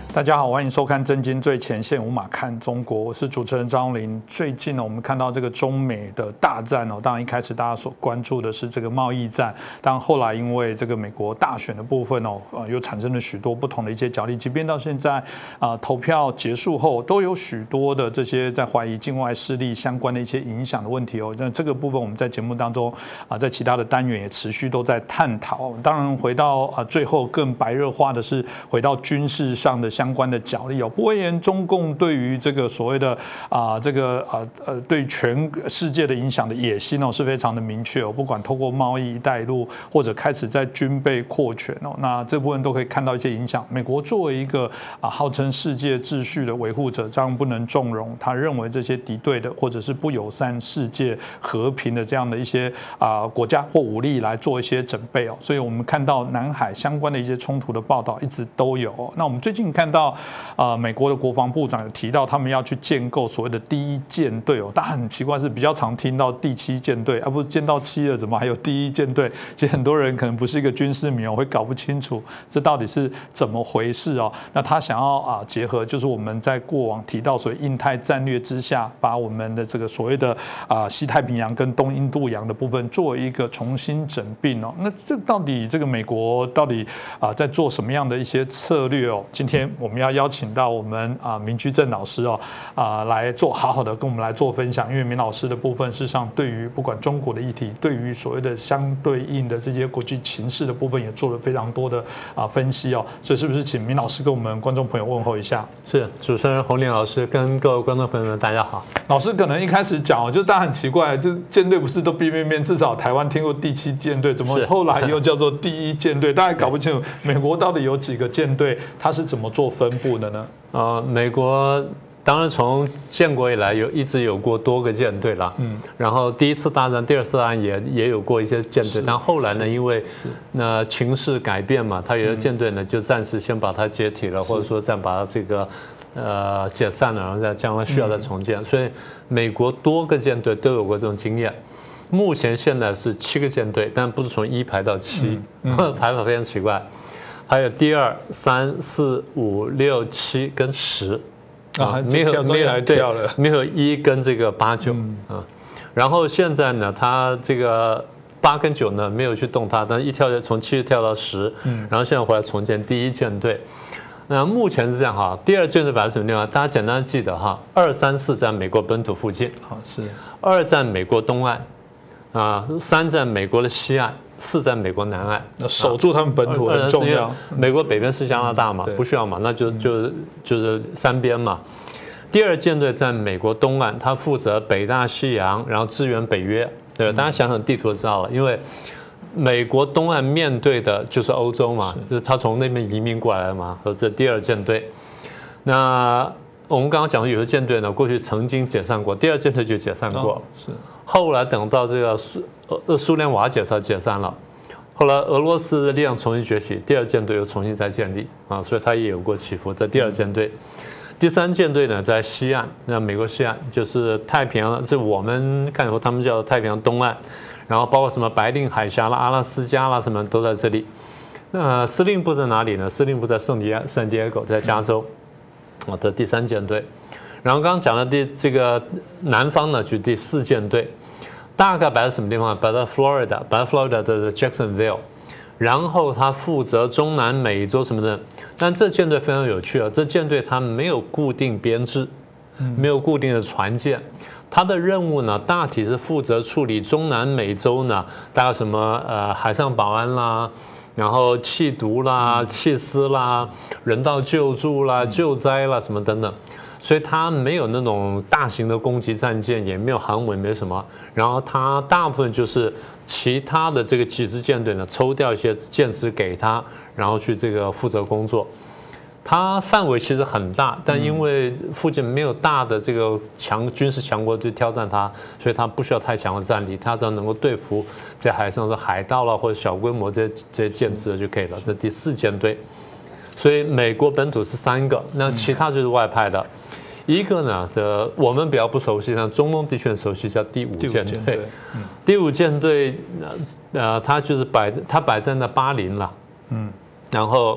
大家好，欢迎收看《震惊最前线》，无马看中国，我是主持人张琳。最近呢，我们看到这个中美的大战哦，当然一开始大家所关注的是这个贸易战，但后来因为这个美国大选的部分哦，又产生了许多不同的一些角力，即便到现在投票结束后，都有许多的这些在怀疑境外势力相关的一些影响的问题哦。那这个部分我们在节目当中在其他的单元也持续都在探讨。当然回到最后更白热化的是回到军事上的相关的角力哦，不讳言，中共对于这个所谓的对全世界的影响的野心哦是非常的明确哦，不管透过贸易、一带一路，或者开始在军备扩权哦，那这部分都可以看到一些影响。美国作为一个号称世界秩序的维护者，这样不能纵容。他认为这些敌对的或者是不友善世界和平的这样的一些国家或武力来做一些准备哦，所以我们看到南海相关的一些冲突的报道一直都有哦。那我们最近看到美国的国防部长有提到，他们要去建构所谓的第一舰队哦。但很奇怪是比较常听到第7舰队，不是建到7了，怎么还有第1舰队？其实很多人可能不是一个军事迷哦，会搞不清楚这到底是怎么回事哦。那他想要结合，就是我们在过往提到所谓印太战略之下，把我们的这个所谓的西太平洋跟东印度洋的部分作为一个重新整并哦。那这到底这个美国到底在做什么样的一些策略哦？今天我们要邀请到我们明居正老师哦来做好好的跟我们来做分享，因为明老师的部分事实上对于不管中国的议题，对于所谓的相对应的这些国际情势的部分也做了非常多的分析哦，所以是不是请明老师跟我们观众朋友问候一下？ 是，主持人洪林老师跟各位观众朋友们大家好。 老师可能一开始讲哦，就大家很奇怪，就是舰队不是都边边边，至少台湾听过第7舰队，怎么后来又叫做第1舰队？大家搞不清楚美国到底有几个舰队，它是怎么做分布的呢？ 美国当然从建国以来一直有过多个舰队啦，然后第1次大战、第2次大战也有过一些舰队，但后来呢，因为那情势改变嘛，它有的舰队呢就暂时先把它解体了，或者说再把它这个解散了，然后再将来需要再重建，所以美国多个舰队都有过这种经验。目前现在是7个舰队，但不是从1排到7，排法非常奇怪。还有第2、3、4、5、6、7跟10没有1跟这个8、9然后现在呢，他这个8跟9呢没有去动它，但是一跳就从7跳到10，然后现在回来重建第1舰队。那目前是这样哈，第2舰队摆在什么地方？大家简单记得哈，2、3、4在美国本土附近， 是 2在美国东岸，3在美国的西岸。4在美国南岸， 守住他们本土很重要。 美国北边是加拿大嘛，不需要嘛，那就是3边嘛。第2舰队在美国东岸，它负责北大西洋，然后支援北约。对吧？大家想想地图就知道了，因为美国东岸面对的就是欧洲嘛，就是他从那边移民过来的嘛。这第2舰队，那我们刚刚讲的有的舰队呢，过去曾经解散过，第2舰队就解散过， 是。后来等到这个苏联瓦解才解散了，后来俄罗斯的力量重新崛起，第2舰队又重新再建立所以它也有过起伏。在第2舰队，第3舰队呢在西岸，那美国西岸就是太平洋，这我们看以后他们叫太平洋东岸，然后包括什么白令海峡啦、阿拉斯加啦什么都在这里。那司令部在哪里呢？司令部在圣地亚哥，在加州，的第3舰队。然后刚刚讲的这个南方呢，就是第4舰队。大概摆在什么地方？摆在 Florida 的 Jacksonville， 然后他负责中南美洲什么的。但这舰队非常有趣啊，这舰队它没有固定编制，没有固定的船舰，它的任务呢大体是负责处理中南美洲呢，大概什么海上保安啦，然后气毒啦、弃尸啦、人道救助啦、救灾啦什么等等。所以它没有那种大型的攻击战舰，也没有航母，也没什么。然后它大部分就是其他的这个几支舰队呢，抽调一些舰只给它，然后去这个负责工作。它范围其实很大，但因为附近没有大的这个军事强国去挑战它，所以它不需要太强的战力，它只要能够对付在海上的海盗啦或者小规模这些舰只就可以了。这第4舰队。所以美国本土是3个，那其他就是外派的。一个呢，我们比较不熟悉，但中东地区很熟悉，叫第5舰队。第5舰队，它就是摆在那巴林了，然后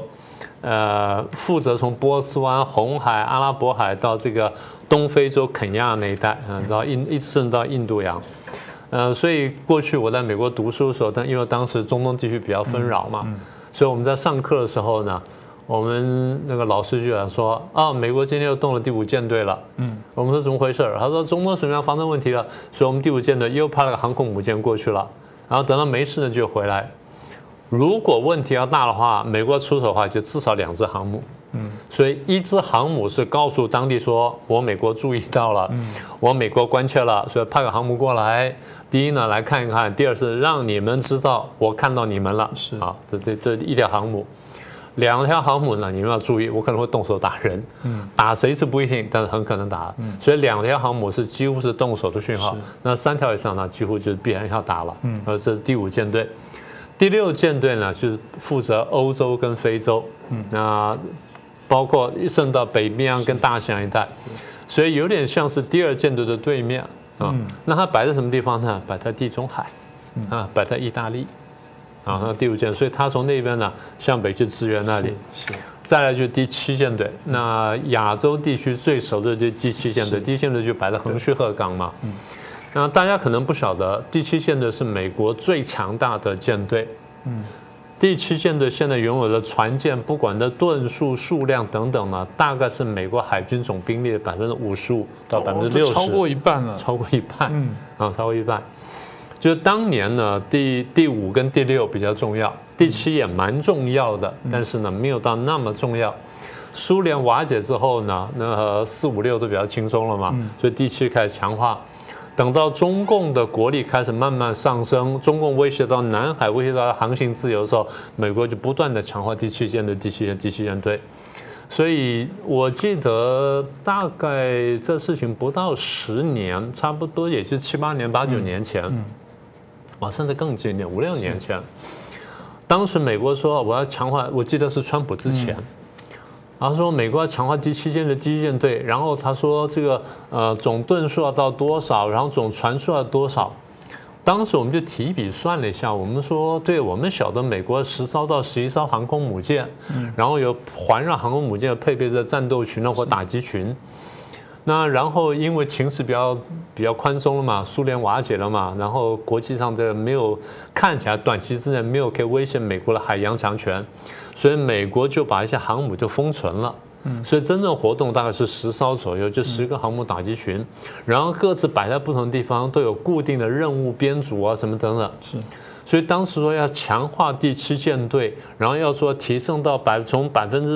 负责从波斯湾、红海、阿拉伯海到这个东非洲肯亚那一带，然后一直甚至到印度洋。所以过去我在美国读书的时候，因为当时中东地区比较纷扰嘛，所以我们在上课的时候呢，我们那个老师就讲说啊，美国今天又动了第5舰队了。我们说怎么回事？他说中东什么样发生问题了，所以我们第5舰队又派了个航空母舰过去了，然后等到没事呢就回来。如果问题要大的话，美国出手的话，就至少2只航母。所以1只航母是告诉当地说，我美国注意到了，我美国关切了，所以派个航母过来。第一呢，来看一看；第二是让你们知道我看到你们了。 是啊，这1条航母，2条航母呢，你们要注意，我可能会动手打人。打谁是不一定，但是很可能打。所以2条航母是几乎是动手的讯号。那3条以上呢，几乎就是必然要打了。这是第5舰队。第6舰队呢，就是负责欧洲跟非洲。那包括甚至到北冰洋跟大西洋一带，所以有点像是第2舰队的对面。那它摆在什么地方呢？摆在地中海，摆在意大利，那第5舰队，所以它从那边呢向北去支援那里。再来就是第7舰队，那亚洲地区最熟的就是第7舰队，第7舰队就摆在横须贺港嘛。那大家可能不晓得，第7舰队是美国最强大的舰队。第7舰队现在拥有的船舰，不管的吨数、数量等等呢，大概是美国海军总兵力的55%到60%， 超过一半了， 超过一半，超过一半。就是当年呢，第5跟第6比较重要，第7也蛮重要的，但是呢，没有到那么重要。苏联瓦解之后呢，那4、5、6都比较轻松了嘛，所以第7开始强化。等到中共的国力开始慢慢上升，中共威胁到南海、威胁到航行自由的时候，美国就不断的强化第7舰队、第7舰队。所以我记得大概这事情不到10年，差不多也就7、8年、8、9年前，甚至更近一点，5、6年前。当时美国说我要强化，我记得是川普之前。然后说美国要强化第7舰队、第1舰队，然后他说这个总吨数要到多少，然后总船数要多少。当时我们就提笔算了一下，我们说，对，我们晓得美国10艘到11艘航空母舰，然后有环绕航空母舰配备着战斗群或打击群。那然后因为情势比较宽松了嘛，苏联瓦解了嘛，然后国际上这个没有看起来短期之内没有可以威胁美国的海洋强权。所以美国就把一些航母就封存了，所以真正活动大概是10艘左右，就10个航母打击群，然后各自摆在不同地方，都有固定的任务编组啊什么等等。所以当时说要强化第7舰队，然后要说提升到从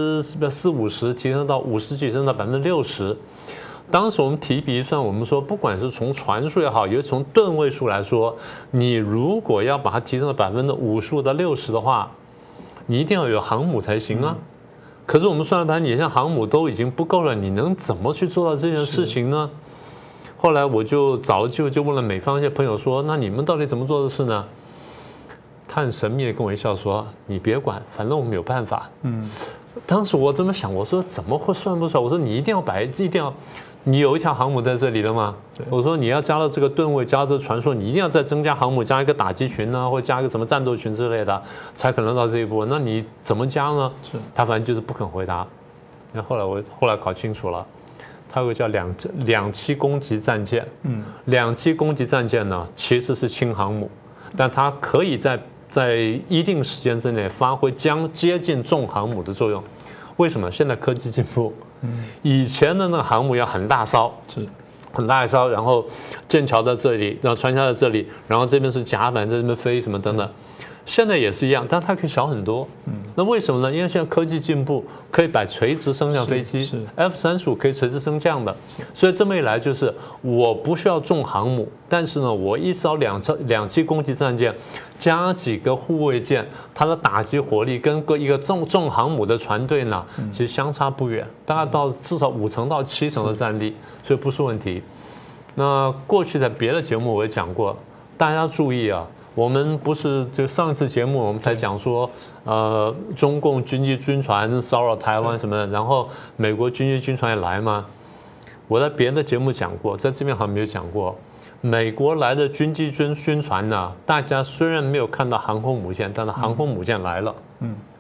40、50%提升到50几，甚至到60%。当时我们提笔一算，我们说不管是从船数也好，尤其从吨位数来说，你如果要把它提升到55%到60%的话，你一定要有航母才行啊！可是我们算了盘，你像航母都已经不够了，你能怎么去做到这件事情呢？后来我就找了机会，就问了美方一些朋友说：“那你们到底怎么做的事呢？”他很神秘的跟我一笑说：“你别管，反正我们有办法。”当时我这么想，我说怎么会算不出来？我说你一定要。你有一条航母在这里了吗？我说你要加到这个吨位，加到这个船数，你一定要再增加航母，加一个打击群呢，或加一个什么战斗群之类的，才可能到这一步。那你怎么加呢？他反正就是不肯回答。那我后来搞清楚了，它有个叫两栖攻击战舰。两栖攻击战舰呢，其实是轻航母，但它可以在一定时间之内发挥接近重航母的作用。为什么？现在科技进步。以前的那个航母要很大艘，很大一艘，然后剑桥在这里，然后船峡在这里，然后这边是甲板在这边飞什么等等。现在也是一样，但它可以小很多。那为什么呢？因为现在科技进步，可以摆垂直升降飞机，F-35可以垂直升降的，所以这么一来就是我不需要重航母，但是呢，我一艘两栖攻击战舰加几个护卫舰，它的打击火力跟一个重航母的船队呢，其实相差不远，大概到至少5成到7成的战力，所以不是问题。那过去在别的节目我也讲过，大家注意啊。我们不是就上一次节目我们才讲说，中共军机军船骚扰台湾什么的，然后美国军机军船也来吗？我在别的节目讲过，在这边好像没有讲过。美国来的军机军船呢，大家虽然没有看到航空母舰，但是航空母舰来了。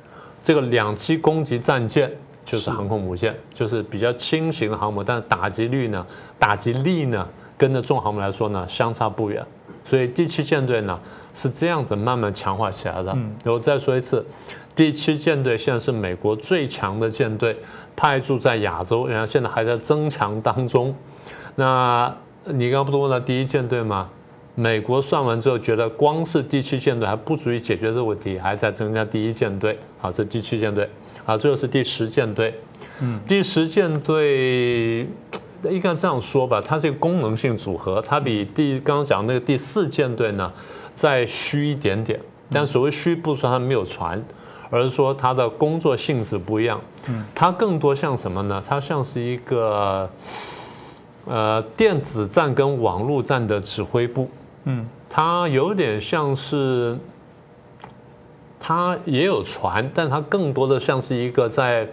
这个两栖攻击战舰就是航空母舰，就是比较轻型的航母，但打击力呢，跟着重航母来说呢，相差不远。所以第7舰队呢是这样子慢慢强化起来的。我再说一次，第7舰队现在是美国最强的舰队，派驻在亚洲，然后现在还在增强当中。那你刚刚不是问了第1舰队吗？美国算完之后，觉得光是第7舰队还不足以解决这个问题，还在增加第1舰队。好，这第7舰队。好，最后是第10舰队。第10舰队应该这样说吧，它是一个功能性组合，它比刚刚讲那个第4舰队呢再虚一点点。但所谓虚，不是说它没有船，而是说它的工作性质不一样。它更多像什么呢？它像是一个电子战跟网络战的指挥部。它有点像是，它也有船，但它更多的像是一个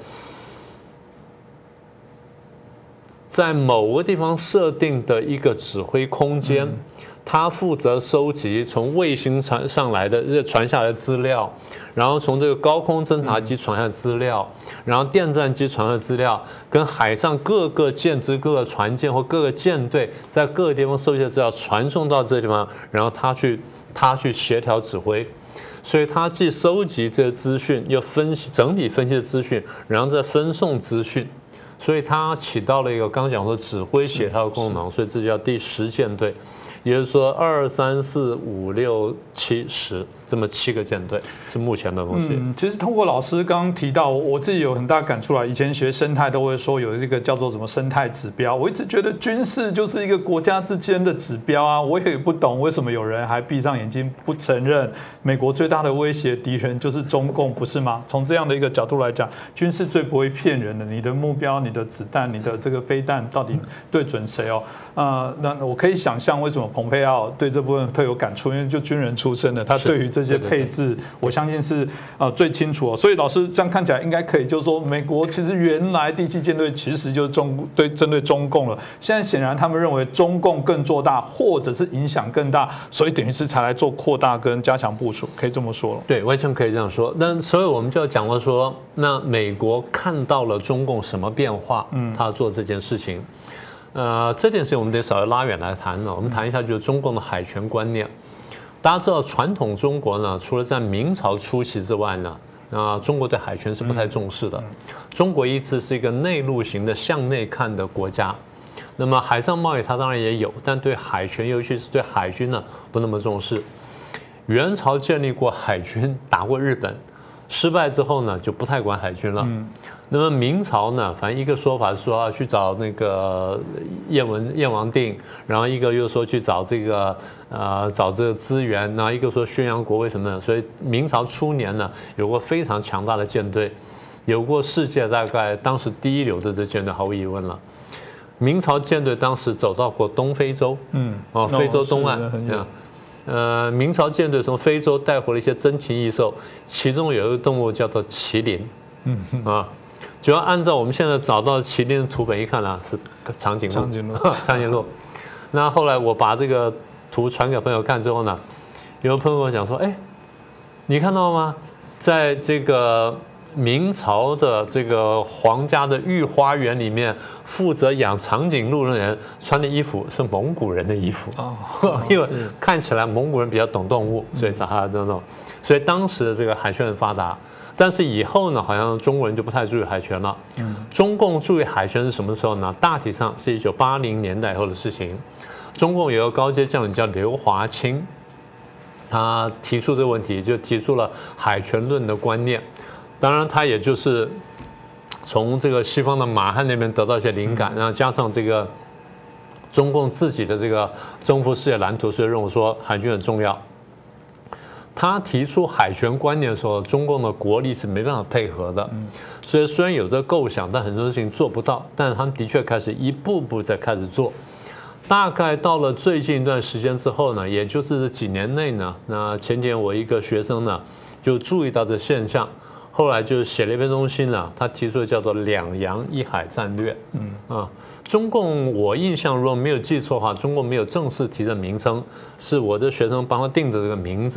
在某个地方设定的一个指挥空间，它负责收集从卫星传下来的资料，然后从这个高空侦察机传下的资料，然后电战机传下的资料，跟海上各个舰只、各个船舰或各个舰队在各个地方收集的资料传送到这个地方，然后他去协调指挥。所以他既收集这些资讯，又整体分析的资讯，然后再分送资讯。所以它起到了一个刚讲说指挥协调的功能，所以这叫第10舰队，也就是说2、3、4、5、6、7、10这么7个舰队是目前的东西。 其实通过老师刚刚提到，我自己有很大感触啦。以前学生态都会说有这个叫做什么生态指标，我一直觉得军事就是一个国家之间的指标啊，我也不懂为什么有人还闭上眼睛不承认美国最大的威胁敌人就是中共，不是吗？从这样的一个角度来讲，军事最不会骗人的，你的目标、你的子弹、你的这个飞弹到底对准谁哦？那我可以想象为什么蓬佩奥对这部分特有感触，因为就军人出身的，他对于这些配置，我相信是最清楚哦。所以老师这样看起来应该可以，就是说美国其实原来第7舰队其实就是针对中共了，现在显然他们认为中共更做大，或者是影响更大，所以等于是才来做扩大跟加强部署，可以这么说了。 对，完全可以这样说。那所以我们就要讲到说，那美国看到了中共什么变化，他做这件事情。这件事情我们得稍微拉远来谈了。我们谈一下就是中共的海权观念。大家知道，传统中国呢，除了在明朝初期之外呢，中国对海权是不太重视的。中国一直是一个内陆型的向内看的国家。那么海上贸易它当然也有，但对海权，尤其是对海军呢，不那么重视。元朝建立过海军，打过日本，失败之后呢，就不太管海军了。那么明朝呢，反正一个说法是说去找那个燕王定，然后一个又说去找这个资源，然后一个说宣扬国威什么的。所以明朝初年呢，有过非常强大的舰队，有过世界大概当时第一流的这舰队，毫无疑问了。明朝舰队当时走到过东非洲，非洲东岸。明朝舰队从非洲带回了一些珍禽异兽，其中有一个动物叫做麒麟，就要按照我们现在找到麒麟的图本一看啊，是长颈鹿。那后来我把这个图传给朋友看之后呢，有朋友跟我讲说，你看到吗？在这个明朝的这个皇家的御花园里面，负责养长颈鹿的人穿的衣服是蒙古人的衣服，因为看起来蒙古人比较懂动物，所以找他这种。所以当时的这个海权很发达。但是以后呢，好像中国人就不太注意海权了。中共注意海权是什么时候呢？大体上是1980年代后的事情。中共有个高阶将领叫刘华清，他提出这个问题，就提出了海权论的观念。当然，他也就是从这个西方的马汉那边得到一些灵感，然后加上这个中共自己的这个征服世界蓝图，所以认为说海军很重要。他提出海权观念的时候，中共的国力是没办法配合的，所以虽然有这个构想，但很多事情做不到。但是他们的确开始一步步在开始做。大概到了最近一段时间之后呢，也就是几年内呢，那前几年我一个学生呢就注意到这现象，后来就写了一篇东西呢，他提出的叫做两洋一海战略。中共我印象如果没有记错的话，中共没有正式提的名称，是我的学生帮他定的这个名字。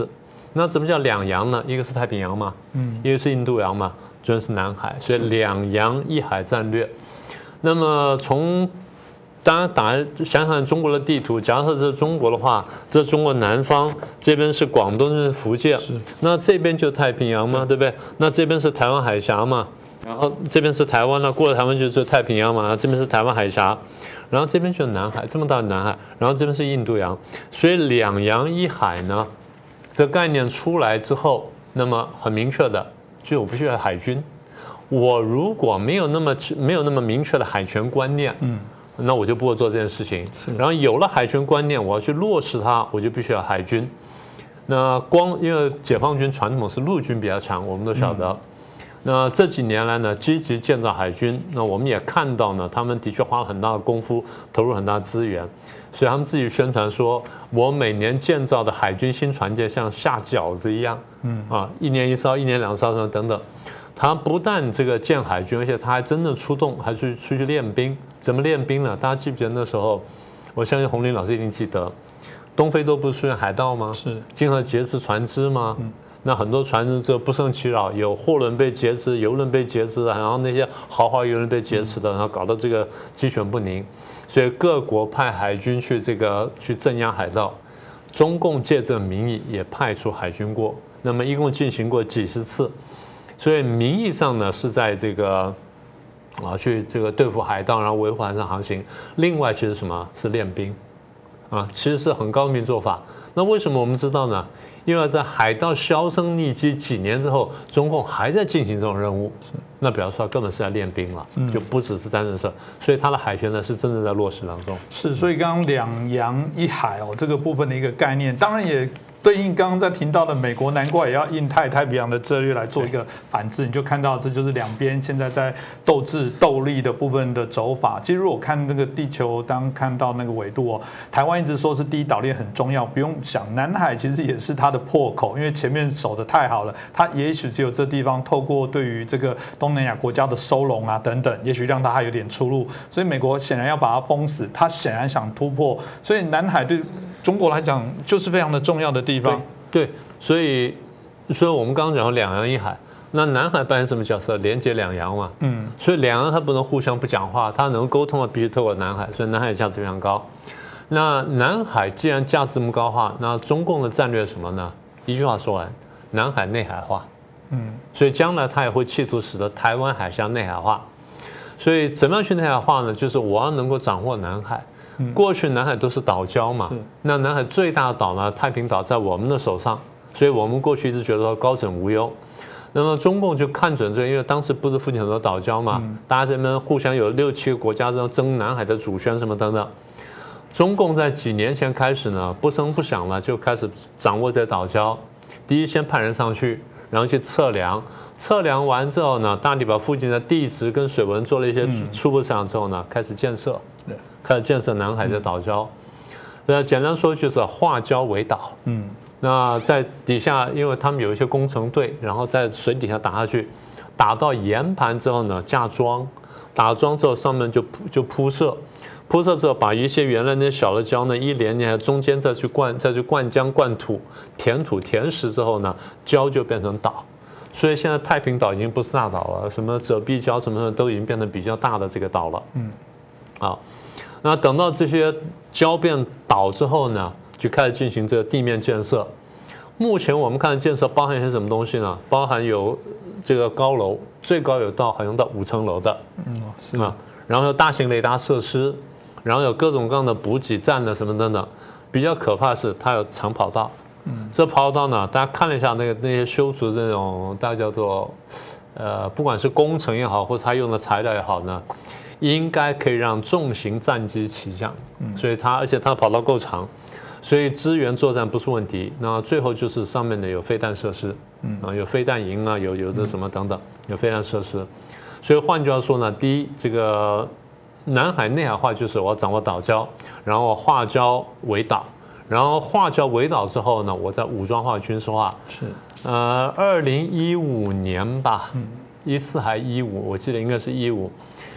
那什么叫两洋呢？一个是太平洋嘛，一个是印度洋嘛，主要是南海，所以两洋一海战略。那么当然想想中国的地图，假设是中国的话，这中国南方这边是广东，这是福建，那这边就太平洋嘛，对不对？那这边是台湾海峡嘛，然后这边是台湾了，过了台湾就是太平洋嘛，这边是台湾海峡，然后这边就是南海，这么大的南海，然后这边是印度洋，所以两洋一海呢，这概念出来之后，那么很明确的，就我必须要海军。我如果没有那么明确的海权观念，那我就不会做这件事情。然后有了海权观念，我要去落实它，我就必须要海军。那因为解放军传统是陆军比较强，我们都晓得。那这几年来呢，积极建造海军，那我们也看到呢，他们的确花了很大的功夫，投入很大的资源，所以他们自己宣传说，我每年建造的海军新船舰像下饺子一样，一年一艘，一年两艘等等。他不但这个建海军，而且他还真的出动，还出去练兵。怎么练兵呢？大家记不记得那时候？我相信洪林老师一定记得，东非都不是出现海盗吗？ 是， 经常劫持船只吗？那很多船只就不胜其扰，有货轮被劫持，油轮被劫持，然后那些豪华游轮被劫持的，然后搞到这个鸡犬不宁。所以各国派海军去镇压海盗，中共借这个名义也派出海军过，那么一共进行过几十次。所以名义上呢是在这个去这个对付海盗，然后维护海上航行。另外其实什么是练兵其实是很高明做法。那为什么我们知道呢？因为在海盗销声匿迹几年之后，中共还在进行这种任务，那表示说根本是在练兵了，就不只是单纯事。所以他的海权呢是真正在落实当中。 是，所以刚刚两洋一海这个部分的一个概念，当然也对应刚刚在提到的美国，难怪也要印太平洋的策略来做一个反制，你就看到这就是两边现在在斗智斗力的部分的走法。其实如果看那个地球，当看到那个纬度台湾一直说是第一岛链很重要，不用想，南海其实也是它的破口，因为前面守得太好了，它也许只有这地方透过对于这个东南亚国家的收拢等等，也许让它还有点出路。所以美国显然要把它封死，他显然想突破，所以南海对中国来讲就是非常的重要的地方。 对，所以我们刚刚讲两洋一海，那南海扮演什么角色？连接两洋嘛。所以两洋它不能互相不讲话，它能沟通的必须透过南海，所以南海价值非常高。那南海既然价值这么高的话，那中共的战略是什么呢？一句话说完，南海内海化。所以将来它也会企图使得台湾海峡内海化。所以怎么样去内海化呢？就是我要能够掌握南海。过去南海都是岛礁嘛，那南海最大的岛呢，太平岛在我们的手上，所以我们过去一直觉得说高枕无忧。那么中共就看准这个，因为当时不是附近很多岛礁嘛，大家这边互相有6、7个国家在争南海的主权什么等等。中共在几年前开始呢，不声不响了，就开始掌握这岛礁。第一，先派人上去，然后去测量，测量完之后呢，大体把附近的地质跟水文做了一些初步测量之后呢，开始建设。开始建设南海的岛礁，简单说就是化礁为岛。那在底下，因为他们有一些工程队，然后在水底下打下去，打到岩盘之后呢，架桩，打桩之后上面就铺设，铺设之后把一些原来那些小的礁呢一连连，中间再去灌浆灌土，填土填实之后呢，礁就变成岛。所以现在太平岛已经不是大岛了，什么遮蔽礁什么的都已经变成比较大的这个岛了。那等到这些礁变岛之后呢，就开始进行这个地面建设。目前我们看的建设包含一些什么东西呢？包含有这个高楼，最高好像到5层楼的，然后有大型雷达设施，然后有各种各样的补给站的什么等等。比较可怕的是它有长跑道，这跑道呢，大家看了一下那些修筑的那种，大家叫做不管是工程也好，或者它用的材料也好呢。应该可以让重型战机起降，所以而且它跑道够长，所以支援作战不是问题。那最后就是上面的有飞弹设施，有飞弹营有这什么等等，有飞弹设施。所以换句话说呢，第一，这个南海内海化就是我要掌握岛礁，然后化礁为岛，然后化礁为岛之后呢，我再武装化、军事化。2015年吧，14还15，我记得应该是15。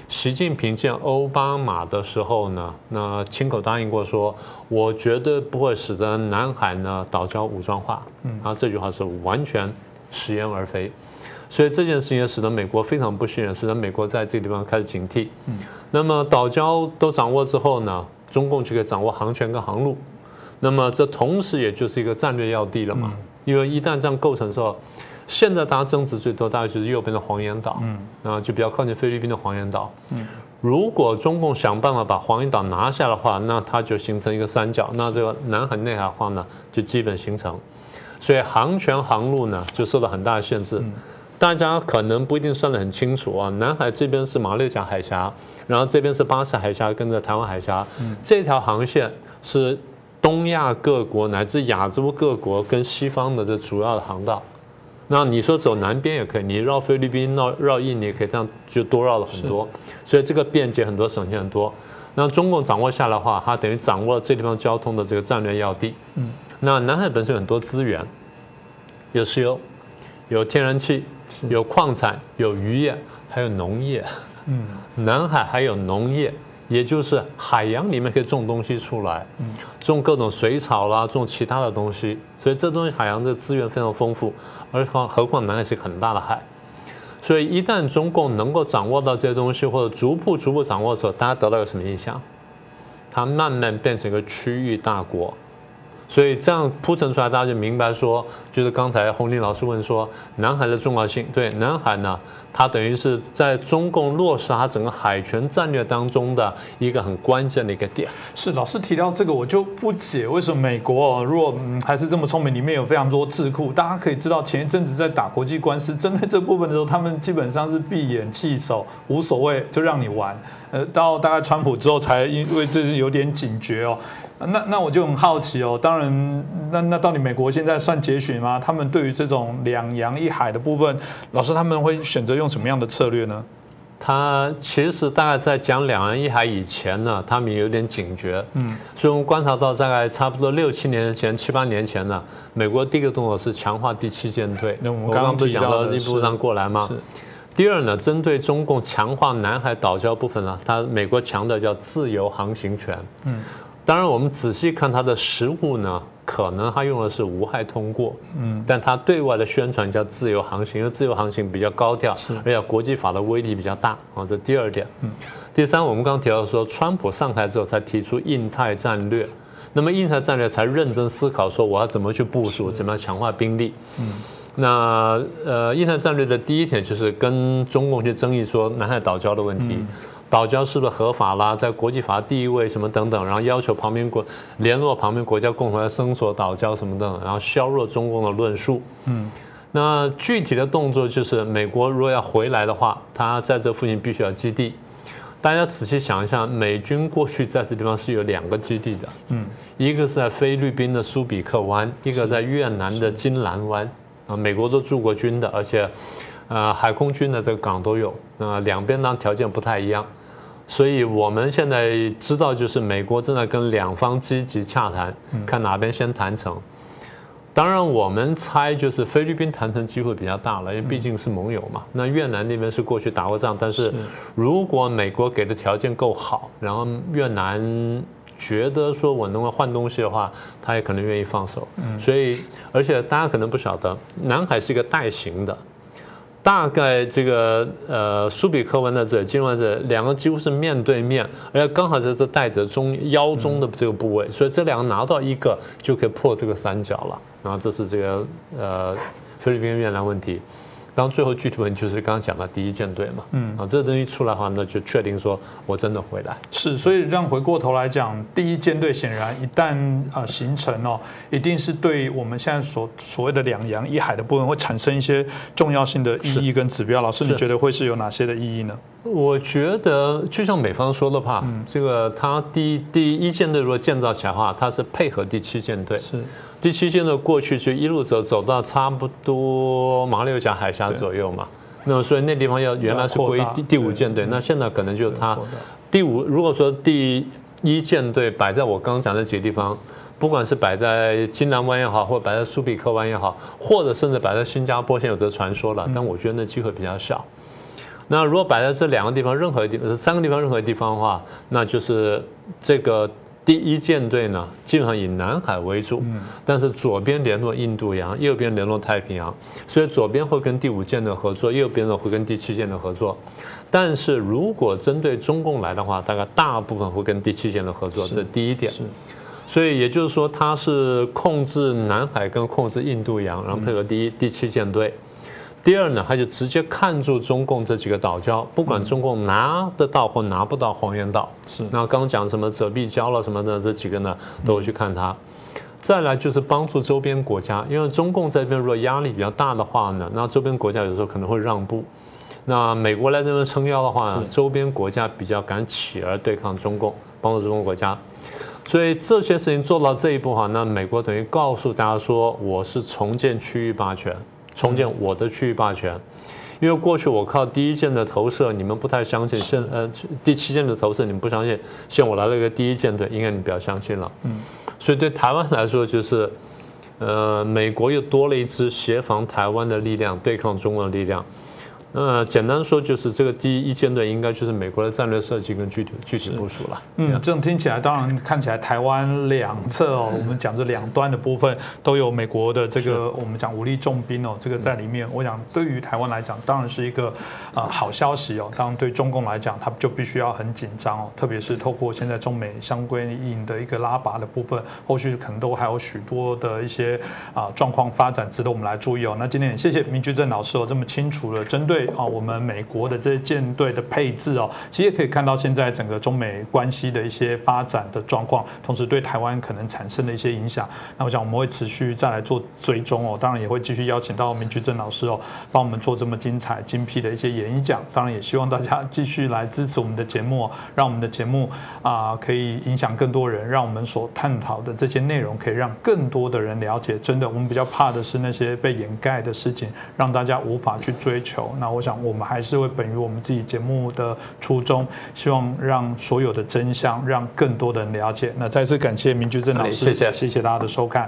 习近平见奥巴马的时候呢，那亲口答应过说，我绝对不会使得南海呢岛礁武装化。然后这句话是完全食言而肥。所以这件事情也使得美国非常不信任，使得美国在这个地方开始警惕。那么岛礁都掌握之后呢，中共就可以掌握航权跟航路。那么这同时也就是一个战略要地了嘛，因为一旦这样构成之后。现在大家争执最多，大概就是右边的黄岩岛，就比较靠近菲律宾的黄岩岛。如果中共想办法把黄岩岛拿下的话，那它就形成一个三角，那这个南海内海化呢就基本形成。所以航权航路呢就受到很大的限制。大家可能不一定算得很清楚啊，南海这边是马六甲海峡，然后这边是巴士海峡跟着台湾海峡，这条航线是东亚各国乃至亚洲各国跟西方的这主要的航道。那你说走南边也可以，你绕菲律宾、绕印尼也可以，这样就多绕了很多，所以这个便捷很多，省钱很多。那中共掌握下来的话，它等于掌握了这地方交通的这个战略要地。那南海本身有很多资源，有石油，有天然气，有矿产，有渔业，还有农业。南海还有农业。也就是海洋里面可以种东西出来，种各种水草啦，种其他的东西，所以这东西海洋的资源非常丰富，而何况南海是很大的海，所以一旦中共能够掌握到这些东西，或者逐步掌握的时候，大家得到有什么影响？它慢慢变成一个区域大国。所以这样铺陈出来，大家就明白说，就是刚才洪林老师问说，南海的重要性。对，南海呢，它等于是在中共落实它整个海权战略当中的一个很关键的一个点。 是老师提到这个，我就不解为什么美国如果还是这么聪明，里面有非常多智库，大家可以知道，前一阵子在打国际官司，针对这部分的时候，他们基本上是闭眼弃手，无所谓，就让你玩。到大概川普之后，才因为这是有点警觉哦。那我就很好奇哦，当然，那到底美国现在算节选吗？他们对于这种两洋一海的部分，老师他们会选择用什么样的策略呢？ 他其实大概在讲两岸一海以前呢，他们有点警觉。所以我们观察到，大概差不多6、7年前、7、8年前呢，美国第一个动作是强化第7舰队。我刚刚不是讲到一路上过来吗？第二呢，针对中共强化南海岛礁部分呢，美国强调叫自由航行权。当然，我们仔细看它的实务呢，可能它用的是无害通过，但它对外的宣传叫自由航行，因为自由航行比较高调，而且国际法的威力比较大啊。这第二点。第三，我们刚刚提到说，川普上台之后才提出印太战略，那么印太战略才认真思考说我要怎么去部署，怎么样强化兵力。那印太战略的第一点就是跟中共去争议说南海岛礁的问题。岛礁是不是合法啦？在国际法地位什么等等，然后要求联络旁边国家共同来声索岛礁什么的，然后削弱中共的论述。那具体的动作就是美国如果要回来的话，它在这附近必须要基地。大家仔细想一下，美军过去在这地方是有2个基地的，一个是在菲律宾的苏比克湾，一个在越南的金兰湾。美国都驻过军的，而且海空军的这个港都有。两边当然条件不太一样。所以我们现在知道，就是美国正在跟2方积极洽谈，看哪边先谈成。当然，我们猜就是菲律宾谈成机会比较大了，因为毕竟是盟友嘛。那越南那边是过去打过仗，但是如果美国给的条件够好，然后越南觉得说我能够换东西的话，他也可能愿意放手。所以，而且大家可能不晓得，南海是一个带形的。大概这个苏比克湾在这，金湾这2个几乎是面对面，而且刚好在这带着腰中的这个部位，所以这2个拿到一个就可以破这个三角了。然后这是这个菲律宾越南问题。当然最后具体问题就是刚刚讲的第1舰队嘛，这个东西出来的话，那就确定说我真的回来。 是，所以让回过头来讲，第1舰队显然一旦形成哦，一定是对我们现在所谓的两洋一海的部分会产生一些重要性的意义跟指标。老师，你觉得会是有哪些的意义呢？ 我觉得就像美方说的话，这个它第1舰队如果建造起来的话，它是配合第7舰队。是。第7舰队过去就一路走到差不多马六甲海峡左右嘛，那么所以那地方原来是归第5舰队，那现在可能就它第5，如果说第1舰队摆在我刚刚讲的几个地方，不管是摆在金兰湾也好，或者摆在苏比克湾也好，或者甚至摆在新加坡，现在有这传说了，但我觉得那机会比较小。 那如果摆在这2个地方任何地方，3个地方任何地方的话，那就是这个第1舰队呢，基本上以南海为主，但是左边联络印度洋，右边联络太平洋，所以左边会跟第5舰队合作，右边呢会跟第7舰队合作。但是如果针对中共来的话，大概大部分会跟第7舰队合作，这是第一点。所以也就是说，它是控制南海跟控制印度洋，然后配合第7舰队。第二呢，他就直接看住中共这几个岛礁，不管中共拿得到或拿不到黄岩岛。那刚刚讲什么泽碧礁了什么的这几个呢，都会去看它。再来就是帮助周边国家，因为中共这边如果压力比较大的话呢，那周边国家有时候可能会让步。那美国来这边撑腰的话呢，周边国家比较敢起而对抗中共，帮助中共国家。所以这些事情做到这一步哈，那美国等于告诉大家说，我是重建区域霸权。重建我的区域霸权，因为过去我靠第1舰的投射，你们不太相信；第7舰的投射，你们不相信。现在我来了一个第1舰队，应该你比较相信了。所以对台湾来说，就是美国又多了一支协防台湾的力量，对抗中共的力量。简单说就是这个第1舰队应该就是美国的战略设计跟具体部署了。 这样听起来，当然看起来台湾两侧哦，我们讲这2端的部分都有美国的这个我们讲武力重兵哦，这个在里面。我想对于台湾来讲，当然是一个好消息哦。当然对中共来讲，他就必须要很紧张哦，特别是透过现在中美相关应的一个拉拔的部分，后续可能都还有许多的一些状况发展值得我们来注意哦。那今天也谢谢明居正老师哦，这么清楚的针对我们美国的这些舰队的配置哦，其实也可以看到现在整个中美关系的一些发展的状况，同时对台湾可能产生的一些影响。那我想我们会持续再来做追踪哦，当然也会继续邀请到明居正老师哦，帮我们做这么精彩精辟的一些演讲。当然也希望大家继续来支持我们的节目，让我们的节目可以影响更多人，让我们所探讨的这些内容可以让更多的人了解。真的，我们比较怕的是那些被掩盖的事情，让大家无法去追求。那我想我们还是会本于我们自己节目的初衷，希望让所有的真相让更多的人了解。那再次感谢明居正老师，谢谢大家的收看。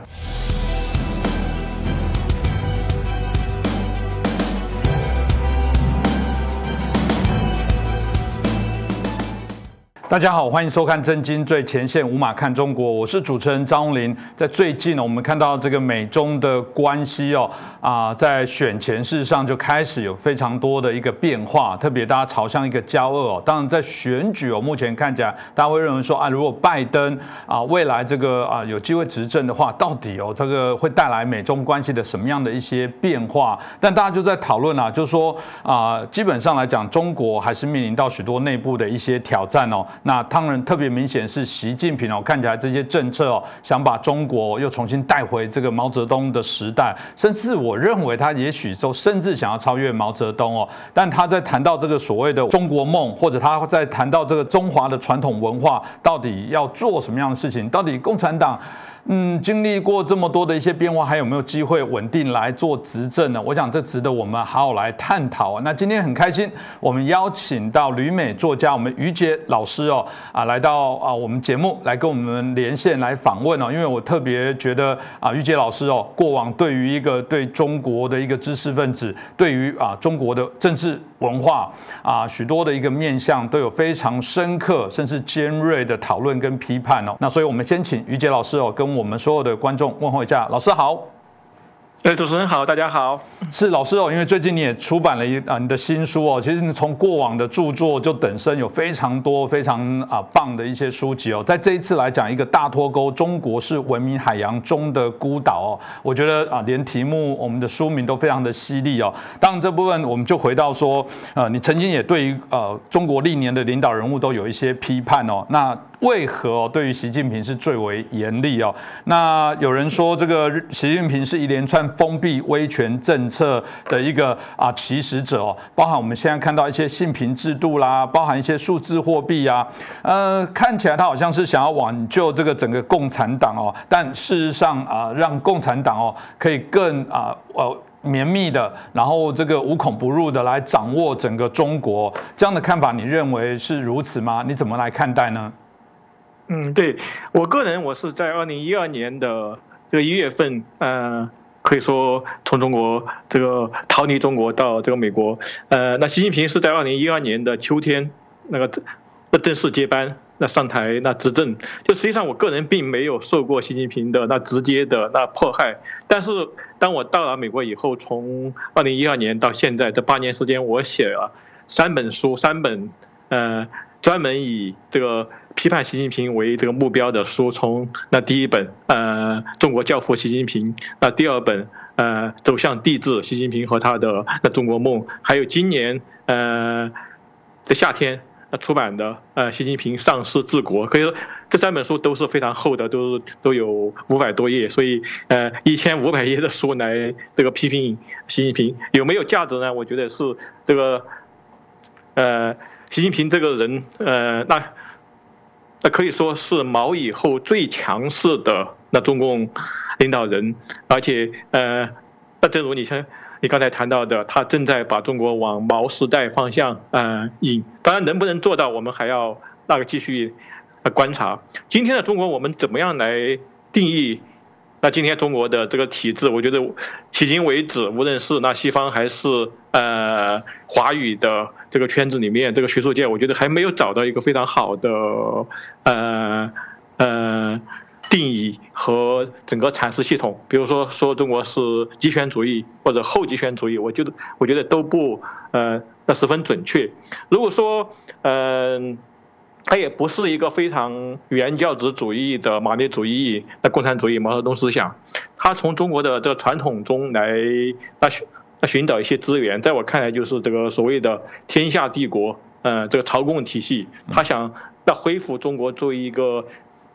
大家好，欢迎收看《震惊最前线》，无马看中国，我是主持人张荣麟。在最近呢，我们看到这个美中的关系在选前事实上就开始有非常多的一个变化，特别大家朝向一个交恶当然，在选举目前看起来，大家会认为说如果拜登未来这个有机会执政的话，到底这个会带来美中关系的什么样的一些变化？但大家就在讨论就是说基本上来讲，中国还是面临到许多内部的一些挑战那当然特别明显是习近平看起来这些政策想把中国又重新带回这个毛泽东的时代，甚至我认为他也许甚至想要超越毛泽东但他在谈到这个所谓的中国梦，或者他在谈到这个中华的传统文化到底要做什么样的事情，到底共产党经历过这么多的一些变化，还有没有机会稳定来做执政呢？我想这值得我们好好来探讨那今天很开心，我们邀请到旅美作家我们于杰老师来到我们节目来跟我们连线来访问因为我特别觉得于杰老师过往对于一个对中国的一个知识分子，对于中国的政治文化许多的一个面向都有非常深刻甚至尖锐的讨论跟批判那所以我们先请于杰老师跟我们所有的观众问候一下。老师好。 主持人好，大家好。 是老师因为最近你也出版了你的新书其实你从过往的著作就等身有非常多非常棒的一些书籍在这一次来讲一个大脱钩，中国是文明海洋中的孤岛我觉得连题目我们的书名都非常的犀利当然这部分我们就回到说你曾经也对于中国历年的领导人物都有一些批判那为何对于习近平是最为严厉那有人说这个习近平是一连串封闭威权政策的一个起始者包含我们现在看到一些信评制度啦，包含一些数字货币看起来他好像是想要挽救这个整个共产党但事实上让共产党可以更绵密的，然后这个无孔不入的来掌握整个中国，这样的看法你认为是如此吗？你怎么来看待呢？ 对我个人，我是在2012年的这个1月份， 可以说从中国这个逃离中国到这个美国。那习近平是在2012年的秋天那正式接班，那上台那执政。就实际上我个人并没有受过习近平的那直接的那迫害，但是当我到了美国以后，从2012年到现在这8年时间，我写了3本书，3本专门以这个批判习近平为这个目标的书。从那第1本中国教父习近平，那第2本走向帝制习近平和他的那中国梦，还有今年在夏天出版的习近平上市治国。可以说这3本书都是非常厚的，都有500多页，所以1500页的书来这个批评习近平有没有价值呢？我觉得是这个习近平这个人那可以说是毛以后最强势的那中共领导人，而且那正如你刚才谈到的，他正在把中国往毛时代方向引。当然能不能做到，我们还要继续观察。今天的中国我们怎么样来定义那今天中国的这个体制？我觉得迄今为止，无论是那西方还是华语的这个圈子里面，这个学术界，我觉得还没有找到一个非常好的定义和整个阐释系统。比如说中国是极权主义或者后极权主义，我觉得都不十分准确。如果说它也不是一个非常原教旨主义的马列主义的共产主义毛泽东思想，它从中国的这个传统中来寻找一些资源。在我看来，就是这个所谓的天下帝国，这个朝贡体系，他想恢复中国作为一个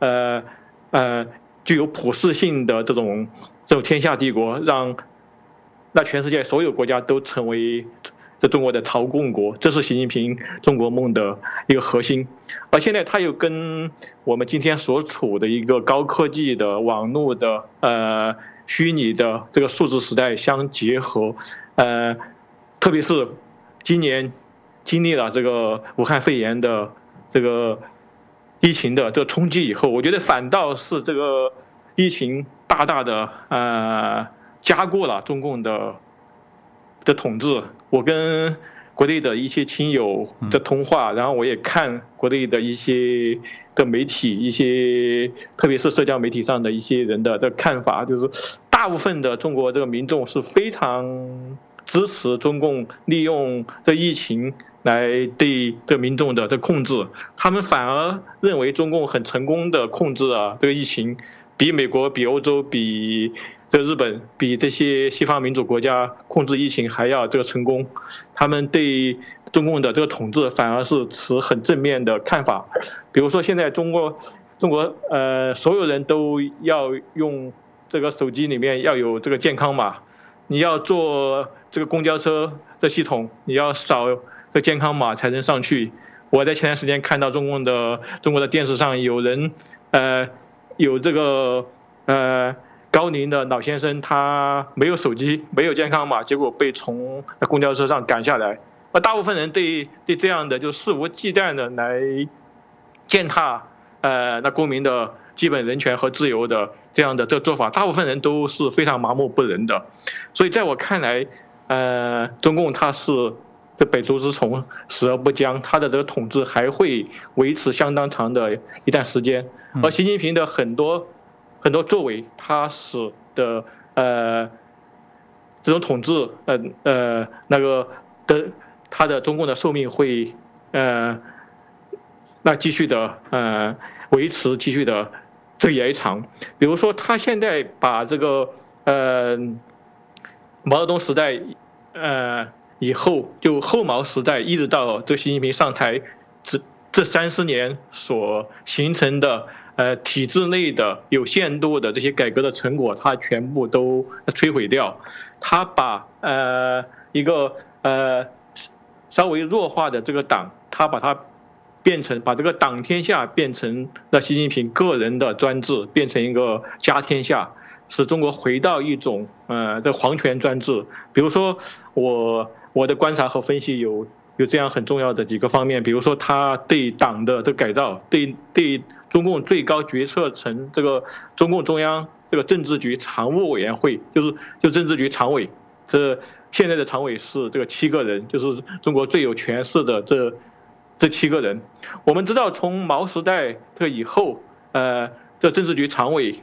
具有普世性的这种天下帝国，让全世界所有国家都成为这中国的朝贡国，这是习近平中国梦的一个核心。而现在他又跟我们今天所处的一个高科技的网络的虚拟的这个数字时代相结合，特别是今年经历了这个武汉肺炎的这个疫情的这个冲击以后，我觉得反倒是这个疫情大大的加固了中共的统治。我跟国内的一些亲友的通话，然后我也看国内的一些的媒体，特别是社交媒体上的一些人的看法，就是大部分的中国这个民众是非常支持中共利用这疫情来对这民众的控制，他们反而认为中共很成功的控制这个疫情，比美国、比欧洲、比这日本、比这些西方民主国家控制疫情还要这个成功。他们对中共的这个统治反而是持很正面的看法。比如说现在中国所有人都要用这个手机里面要有这个健康码，你要坐这个公交车的系统，你要扫这健康码才能上去。我在前段时间看到中国的电视上有人有这个高龄的老先生，他没有手机，没有健康码，结果被从公交车上赶下来。大部分人对这样的就肆无忌惮的来践踏那公民的基本人权和自由的这样的这做法，大部分人都是非常麻木不仁的。所以在我看来，中共它是这百足之虫，死而不僵，它的这个统治还会维持相当长的一段时间。而习近平的很多作为，他使的这种统治他的中共的寿命会继续的维持，继续的这延长。比如说他现在把这个毛泽东时代以后，就后毛时代一直到这习近平上台这30年所形成的体制内的有限度的这些改革的成果，他全部都摧毁掉。他把一个稍微弱化的这个党，他把它把这个党天下变成了习近平个人的专制，变成一个家天下，使中国回到一种这皇权专制。比如说我的观察和分析有这样很重要的几个方面。比如说他对党的这个改造，对中共最高决策层这个中共中央这个政治局常务委员会，就政治局常委，这现在的常委是这个7个人，就是中国最有权势的这7个人。我们知道，从毛时代这个以后，这政治局常委，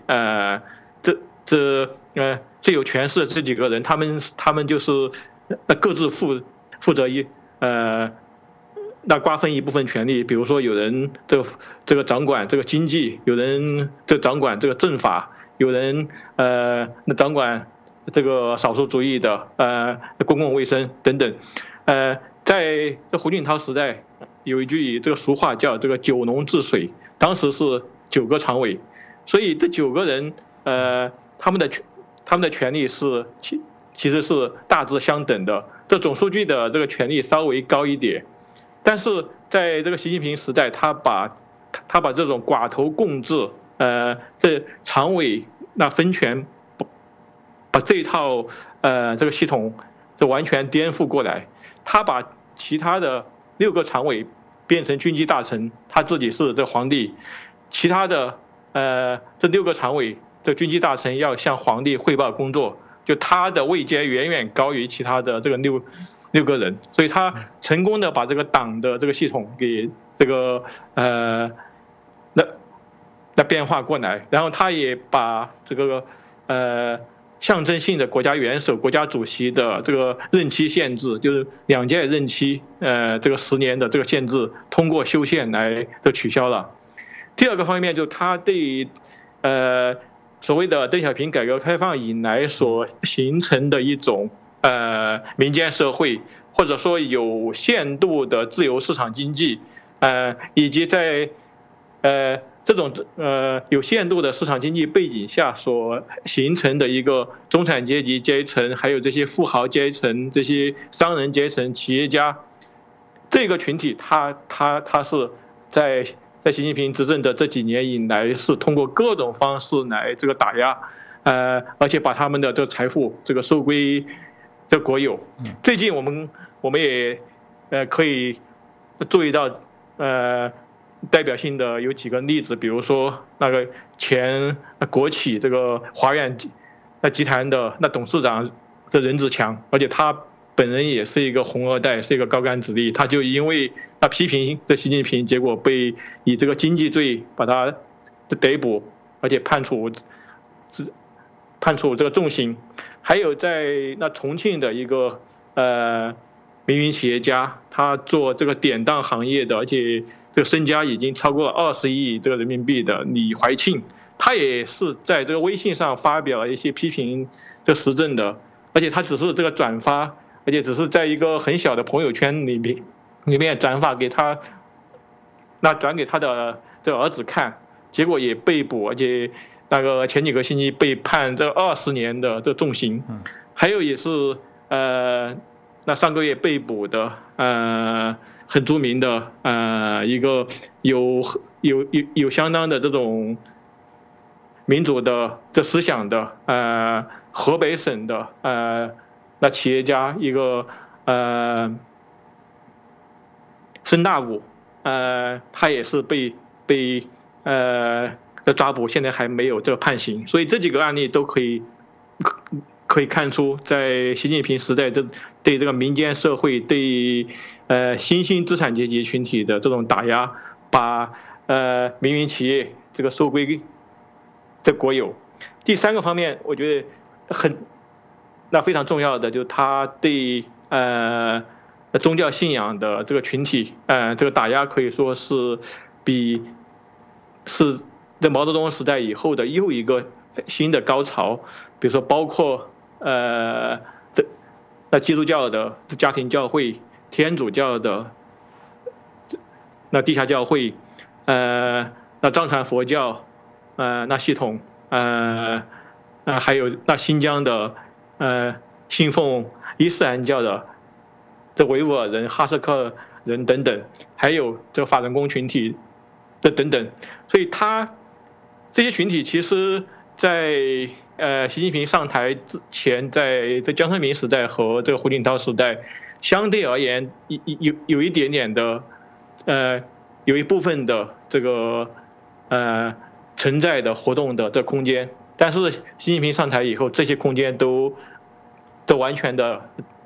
最有权势的这几个人，他们就是各自负责那瓜分一部分权利。比如说，有人这个掌管这个经济，有人这掌管这个政法，有人那掌管这个少数族裔的公共卫生等等。在这胡锦涛时代，有一句这个俗话叫这个9农治水，当时是9个常委，所以这9个人他们的权力其实是大致相等的。这总书记的这个权力稍微高一点，但是在这个习近平时代，他把这种寡头共治，这常委那分权，把这一套这个系统就完全颠覆过来。他把其他的6个常委变成军机大臣，他自己是这皇帝，其他的这6个常委这军机大臣要向皇帝汇报工作，就他的位阶远远高于其他的这个六个人，所以他成功的把这个党的这个系统给这个那变化过来，然后他也把这个象征性的国家元首、国家主席的这个任期限制，就是2届任期，这个10年的这个限制，通过修宪来就取消了。第二个方面，就是他对所谓的邓小平改革开放以来所形成的一种民间社会，或者说有限度的自由市场经济，以及在这种有限度的市场经济背景下所形成的一个中产阶级阶层，还有这些富豪阶层、这些商人阶层、企业家这个群体，他是在习近平执政的这几年以来，是通过各种方式来这个打压，而且把他们的这个财富这个收归这国有。最近我们也可以注意到代表性的有几个例子，比如说那个前国企这个华远集团的那董事长这任志强，而且他本人也是一个红二代，是一个高干子弟，他就因为他批评这习近平，结果被以这个经济罪把他逮捕，而且判处这个重刑。还有在那重庆的一个民营企业家，他做这个典当行业的，而且这个身家已经超过20亿这个人民币的李怀庆，他也是在这个微信上发表了一些批评这时政的，而且他只是这个转发，而且只是在一个很小的朋友圈里面转发给他，转给他的这个儿子看，结果也被捕，而且那个前几个星期被判这20年的这重刑。还有也是那上个月被捕的很著名的一个有相当的这种民主的这思想的河北省的那企业家，一个申大武，他也是被抓捕，现在还没有这个判刑。所以这几个案例都可以看出，在习近平时代对这个民间社会、对新兴资产阶级群体的这种打压，把民营企业这个收归这国有。第三个方面，我觉得非常重要的，就是他对宗教信仰的这个群体，这个打压可以说是是在毛泽东时代以后的又一个新的高潮。比如说包括那基督教的家庭教会、天主教的那地下教会，那藏传佛教那系统，还有那新疆的信奉伊斯兰教的这维吾尔人、哈萨克人等等，还有这法轮功群体的等等。所以这些群体其实在习近平上台之前，在这江泽民时代和这个胡锦涛时代，相对而言有一点点的有一部分的这个存在的活动的这空间， 但是习近平上台以后，这些空间都完全的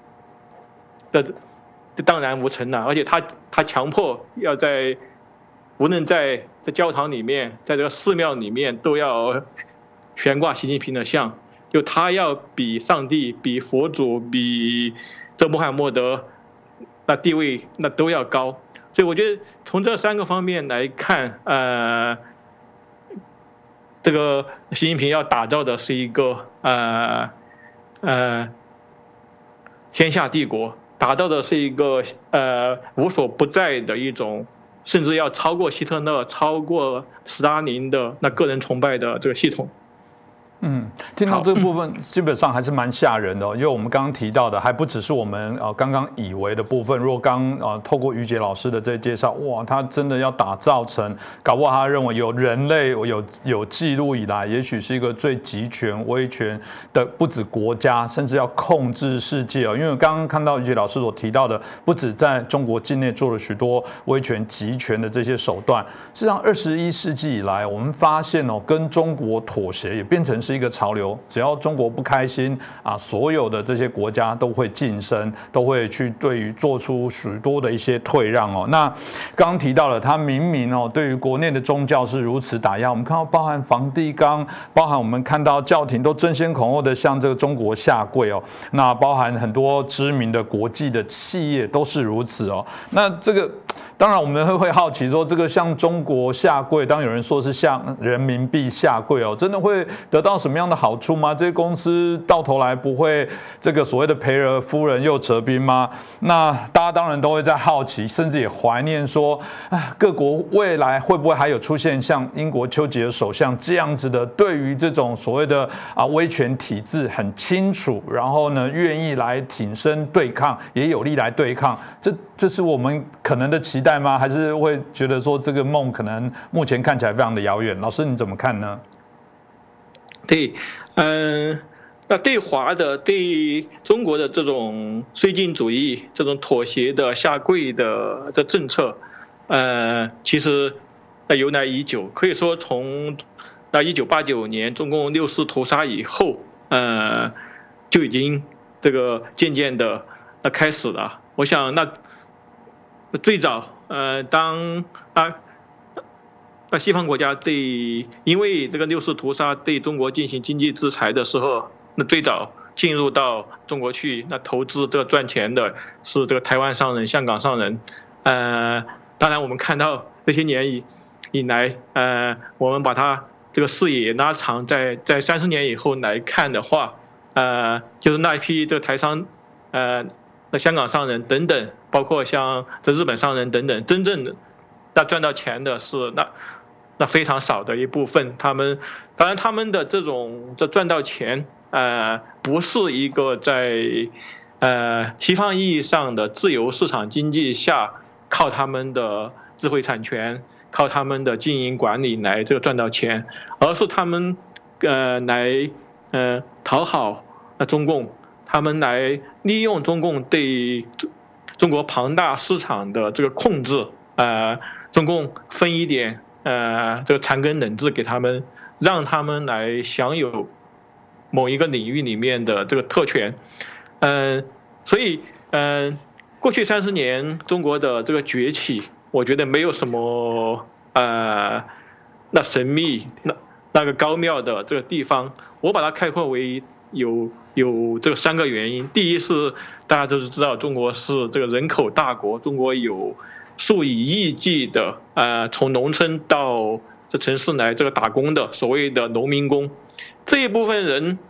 荡然无存了，而且他强迫要无论在教堂里面，在这个寺庙里面都要悬挂习近平的像，就他要比上帝、比佛祖、比这穆罕默德那地位那都要高，所以我觉得从这3个方面来看，这个习近平要打造的是一个天下帝国，打造的是一个无所不在的一种，甚至要超过希特勒、超过斯大林的那个人崇拜的这个系统。 听到这个部分基本上还是蛮吓人的因为我们刚刚提到的还不只是我们刚刚以为的部分。如果透过于杰老师的这些介绍，哇，他真的要打造成，搞不好他认为有人类有记录以来，也许是一个最集权、威权的，不止国家，甚至要控制世界因为我刚刚看到于杰老师所提到的，不止在中国境内做了许多威权、集权的这些手段。事实上，21世纪以来，我们发现跟中国妥协也变成是一个潮流，只要中国不开心所有的这些国家都会晋升，都会去对于做出许多的一些退让那刚刚提到了，他明明对于国内的宗教是如此打压，我们看到包含梵蒂冈，包含我们看到教廷都争先恐后的向这个中国下跪那包含很多知名的国际的企业都是如此那这个当然我们会好奇说，这个向中国下跪，当有人说是向人民币下跪真的会得到什么样的好处吗？这些公司到头来不会这个所谓的赔了夫人又折兵吗？那大家当然都会在好奇，甚至也怀念说，各国未来会不会还有出现像英国丘吉尔首相这样子的，对于这种所谓的威权体制很清楚，然后呢愿意来挺身对抗，也有力来对抗，这是我们可能的期待吗？还是会觉得说这个梦可能目前看起来非常的遥远？老师你怎么看呢？ 对，那对华的、对中国的这种绥靖主义、这种妥协的、下跪的这政策，其实由来已久，可以说从1989年中共6四屠杀以后，就已经这个渐渐的开始了。我想那最早当西方国家因为这个6四屠杀对中国进行经济制裁的时候，那最早进入到中国去那投资这个赚钱的是这个台湾商人、香港商人。当然我们看到这些年以来，我们把它这个视野拉长，在30年以后来看的话，就是那一批这个台商，那香港商人等等，包括像这日本商人等等，真正那赚到钱的是那非常少的一部分。当然他们的这赚到钱，不是一个在西方意义上的自由市场经济下靠他们的智慧产权、靠他们的经营管理来这个赚到钱，而是他们来讨好中共，他们来利用中共对中国庞大市场的这个控制，中共分一点这个残羹冷炙给他们，让他们来享有某一个领域里面的这个特权。所以过去30年中国的这个崛起，我觉得没有什么那神秘那个高妙的这个地方，我把它概括为有这个3个原因。第一是大家都是知道中国是这个人口大国，中国有数以亿计的从农村到这城市来这个打工的所谓的农民工，这一部分人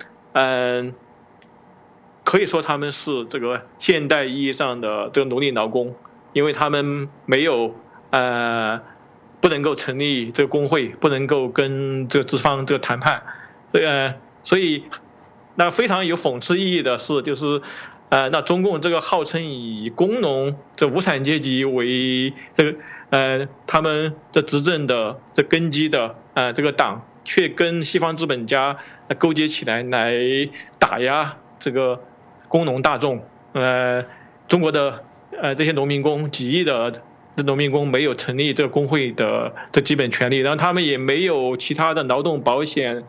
可以说他们是这个现代意义上的这个奴隶劳工，因为他们没有不能够成立这个工会，不能够跟这个资方这个谈判，所以那非常有讽刺意义的是，就是那中共这个号称以工农这无产阶级为这个他们这执政的这根基的这个党，却跟西方资本家勾结起来打压这个工农大众。中国的这些农民工几亿的农民工没有成立这个工会的基本权利，然后他们也没有其他的劳动保险，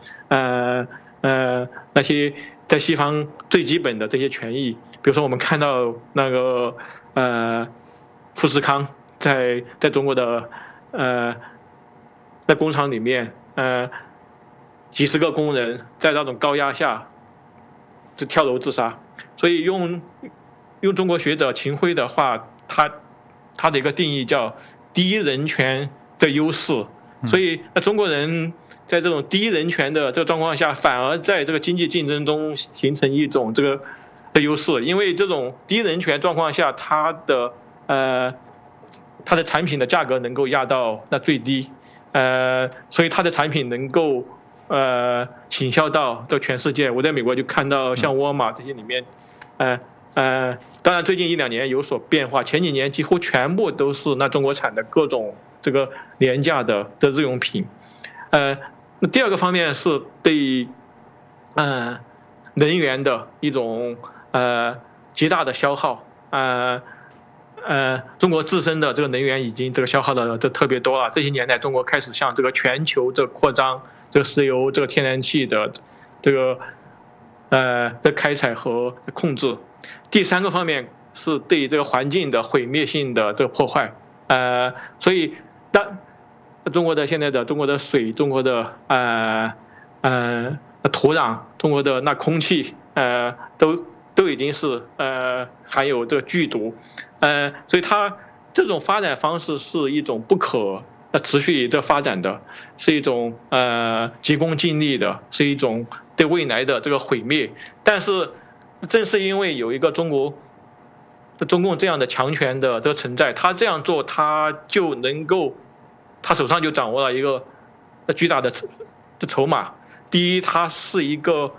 那些在西方最基本的这些权益。比如说我们看到那个富士康在中国的在工厂里面，几十个工人在那种高压下就跳楼自杀。所以用中国学者秦晖的话，他的一个定义叫低人权的优势。所以中国人在这种低人权的这个状况下，反而在这个经济竞争中形成一种这个的优势，因为这种低人权状况下，它的产品的价格能够压到那最低，所以它的产品能够倾销到全世界。我在美国就看到像沃尔玛这些里面，当然最近1-2年有所变化，前几年几乎全部都是那中国产的各种这个廉价的日用品。那第二个方面是对能源的一种极大的消耗。中国自身的这个能源已经这个消耗的这特别多了。这些年来，中国开始向这个全球这扩张这个石油、这个天然气的这个的开采和控制。第三个方面是对这个环境的毁灭性的这个破坏。所以中国的现在的中国的水、中国的土壤、中国的那空气都已经是含有这个剧毒。所以它这种发展方式是一种不可持续这发展的，是一种急功近利的，是一种对未来的这个毁灭。但是正是因为有一个中共这样的强权的这个存在，他这样做，他就能够，他手上就掌握了一个巨大的筹码。第一，它是一个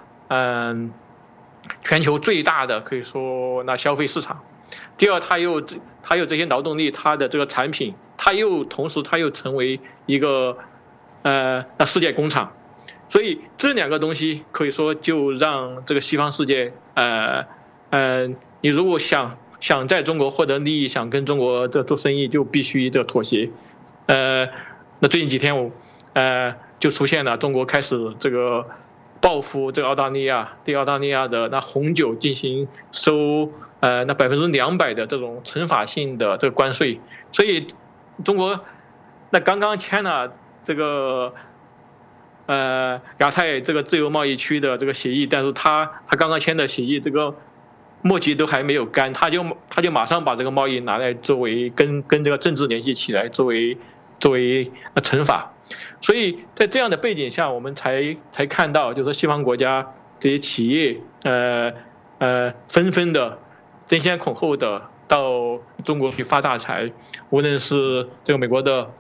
全球最大的可以说那消费市场。第二，它有这些劳动力，它的这个产品，同时它又成为一个那世界工厂。所以这两个东西可以说就让这个西方世界，你如果想在中国获得利益，想跟中国做生意，就必须这妥协。那最近几天就出现了中国开始这个报复这个澳大利亚，对澳大利亚的那红酒进行收那200%的这种惩罚性的这个关税。所以中国那刚刚签了这个亚太这个自由贸易区的这个协议，但是他刚刚签的协议，这个墨迹都还没有干，他就马上把这个贸易拿来作为跟这个政治联系起来，作为惩罚。所以在这样的背景下，我们才看到，就是西方国家这些企业纷纷的争先恐后的到中国去发大财，无论是这个美国的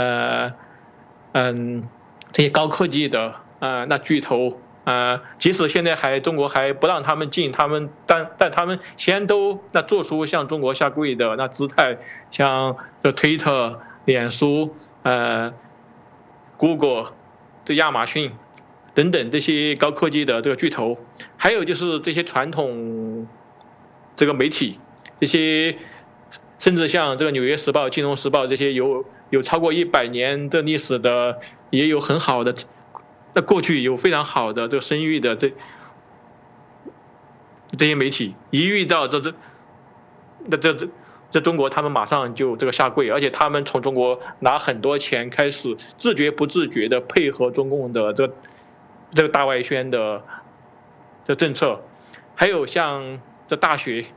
这些高科技的那巨头，即使现在中国还不让他们进，但他们先都那做出向中国下跪的那姿态，像这推特、脸书、Google、这亚马逊等等这些高科技的这个巨头，还有就是这些传统这个媒体，这些甚至像这个《纽约时报》、《金融时报》这些有超过100年的历史的，也有很好的，那过去有非常好的这个声誉的这些媒体，一遇到这中国，他们马上就这个下跪，而且他们从中国拿很多钱，开始自觉不自觉的配合中共的这个大外宣的这政策。还有像这大学，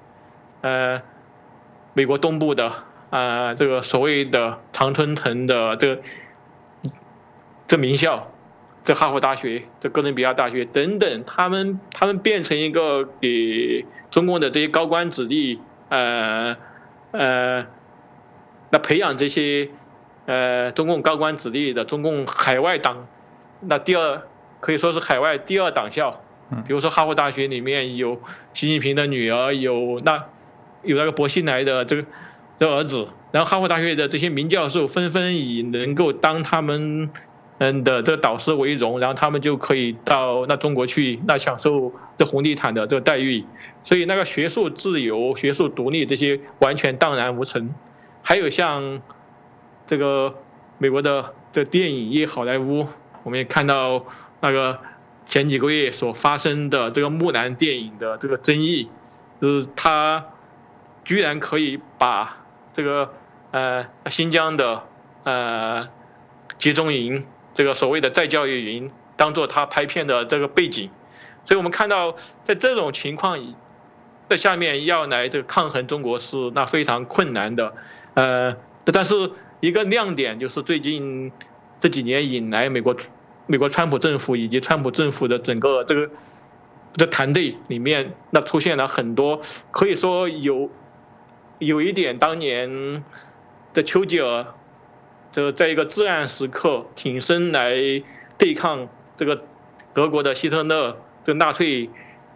美国东部的这个所谓的常春藤的这名校，这哈佛大学、这哥伦比亚大学等等，他们变成一个给中共的这些高官子弟那培养这些中共高官子弟的中共海外党，那可以说是海外第2党校。比如说哈佛大学里面有习近平的女儿，有那个薄熙来的这个儿子，然后哈佛大学的这些名教授纷纷以能够当他们的这个导师为荣，然后他们就可以到那中国去那享受这红地毯的这个待遇。所以那个学术自由、学术独立这些完全荡然无存。 还有像这个美国的电影业好莱坞，我们也看到那个前几个月所发生的这个木兰电影的这个争议，就是他居然可以把这个新疆的集中营这个所谓的再教育营当做他拍片的这个背景，所以我们看到在这种情况在下面要来这个抗衡中国是那非常困难的，但是一个亮点就是最近这几年以来，美国川普政府以及川普政府的整个这团队里面，那出现了很多可以说有一点当年的丘吉尔，在一个至暗时刻挺身来对抗这个德国的希特勒这个纳粹，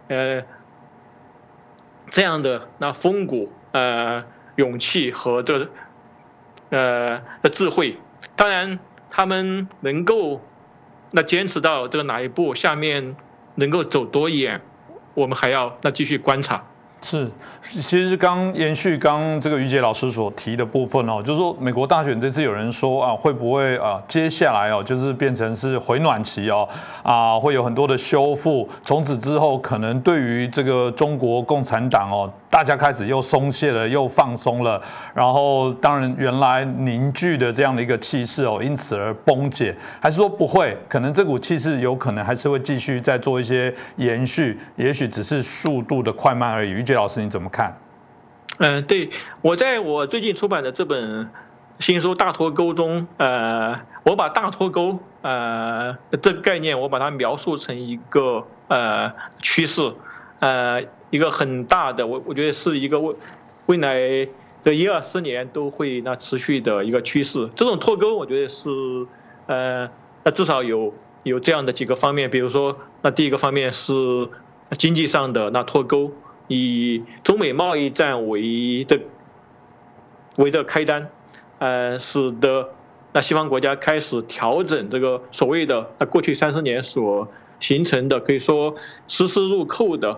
这样的那风骨勇气和的智慧。当然他们能够那坚持到这个哪一步，下面能够走多远，我们还要那继续观察。 是，其实延续这个于杰老师所提的部分哦，就是说美国大选这次有人说啊，会不会接下来就是变成是回暖期哦，会有很多的修复，从此之后可能对于这个中国共产党哦，大家开始又松懈了，又放松了，然后当然原来凝聚的这样的一个气势哦，因此而崩解，还是说不会？可能这股气势有可能还是会继续再做一些延续，也许只是速度的快慢而已。于杰老师你怎么看？ 对，我在我最近出版的这本新书《大脱钩》中，我把大脱钩这个概念，我把它描述成一个趋势，一个很大的，我觉得是一个未来的1-20年都会那持续的一个趋势。这种脱钩，我觉得是至少有这样的几个方面，比如说，那第一个方面是经济上的那脱钩。以中美贸易战为这开端，使得那西方国家开始调整这个所谓的过去30年所形成的可以说丝丝入扣的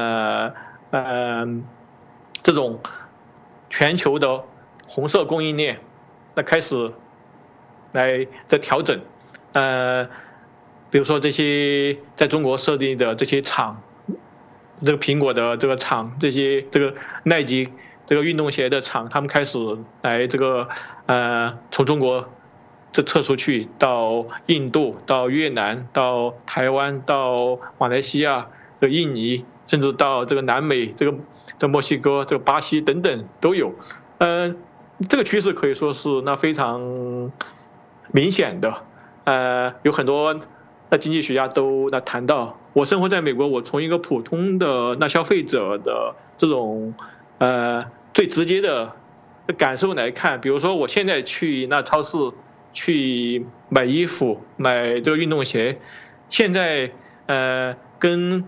这种全球的红色供应链，那开始来的调整，比如说这些在中国设立的这些厂。这个苹果的这个厂，这个耐吉这个运动鞋的厂，他们开始来从中国撤出去，到印度、到越南、到台湾、到马来西亚、印尼，甚至到这个南美、墨西哥、巴西等等都有。这个趋势可以说是那非常明显的。有很多经济学家都谈到。我生活在美国，我从一个普通的那消费者的这种最直接的感受来看，比如说我现在去那超市去买衣服、买这个运动鞋，现在跟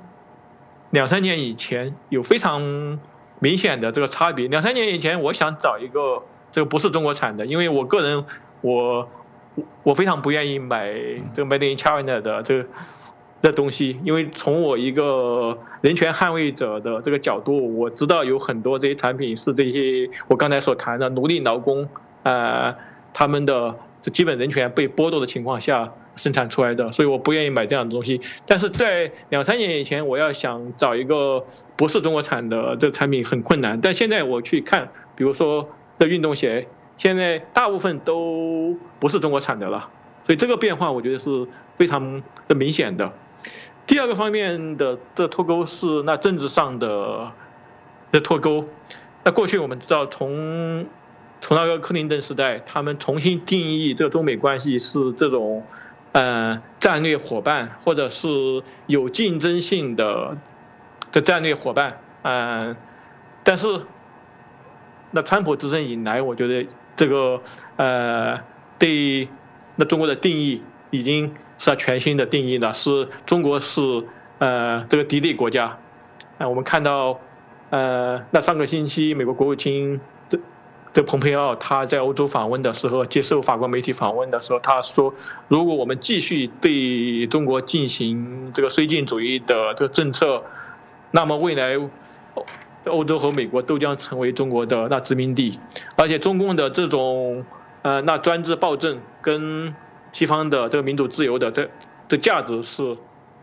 2-3年以前有非常明显的这个差别。2-3年以前，我想找一个这个不是中国产的，因为我个人我非常不愿意买这个 Made in China 的东西，因为从我一个人权捍卫者的这个角度，我知道有很多这些产品是这些我刚才所谈的奴隶劳工，他们的基本人权被剥夺的情况下生产出来的，所以我不愿意买这样的东西。但是在2-3年以前，我要想找一个不是中国产的这个产品很困难。但现在我去看，比如说的运动鞋，现在大部分都不是中国产的了，所以这个变化我觉得是非常的明显的。第二个方面的脱钩是那政治上的脱钩。那过去我们知道，从那个克林顿时代，他们重新定义这个中美关系是这种战略伙伴，或者是有竞争性的战略伙伴。但是那川普执政以来，我觉得这个对那中国的定义已经是全新的定义了，是中国是这个敌对国家。我们看到那上个星期美国国务卿这蓬佩奥他在欧洲访问的时候，接受法国媒体访问的时候，他说，如果我们继续对中国进行这个绥靖主义的这个政策，那么未来欧洲和美国都将成为中国的那殖民地，而且中共的这种那专制暴政跟西方的这个民主自由的这价值是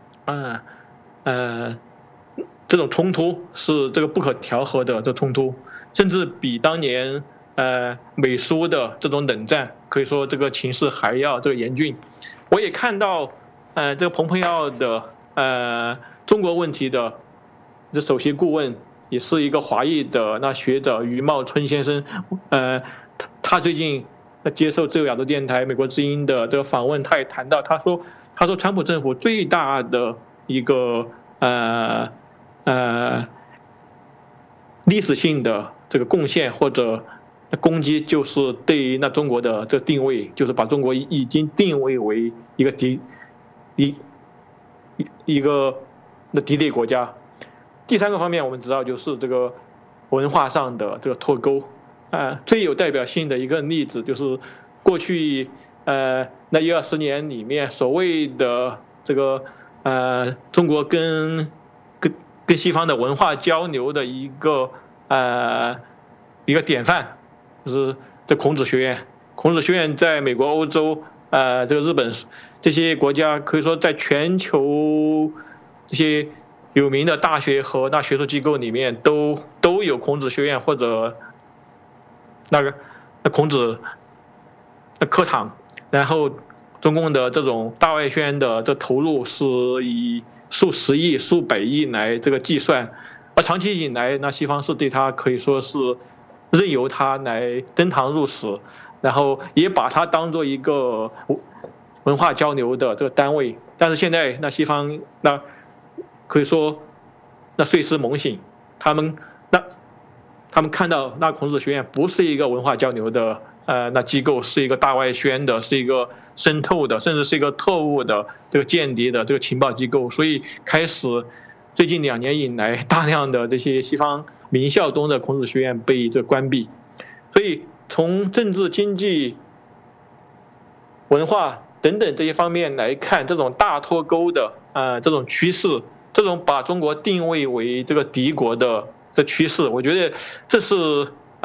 这种冲突是这个不可调和的这冲突，甚至比当年美苏的这种冷战可以说这个情势还要这个严峻。我也看到这个蓬佩奥的中国问题的这首席顾问也是一个华裔的那学者余茂春先生，他最近接受自由亚洲电台美国之音的这个访问，他也谈到，他说川普政府最大的一个历史性的这个贡献或者攻击，就是对于那中国的这个定位，就是把中国已经定位为一个敌对国家。第三个方面，我们知道就是这个文化上的这个脱钩。最有代表性的一个例子就是过去那10-20年里面所谓的这个中国跟西方的文化交流的一个典范，就是这孔子学院。孔子学院在美国、欧洲、这个日本这些国家，可以说在全球这些有名的大学和那学术机构里面都有孔子学院或者那孔子的课堂。然后中共的这种大外宣的这投入是以数十亿、数百亿来这个计算，而长期以来，那西方是对他可以说是任由他来登堂入室，然后也把它当做一个文化交流的这个单位。但是现在那西方那可以说那睡狮猛醒，他们看到那孔子学院不是一个文化交流的那机构，是一个大外宣的，是一个渗透的，甚至是一个特务的这个间谍的这个情报机构。所以开始最近2年以来，大量的这些西方名校中的孔子学院被这关闭。所以从政治、经济、文化等等这些方面来看，这种大脱钩的这种趋势，这种把中国定位为这个敌国的这趋势，我觉得这是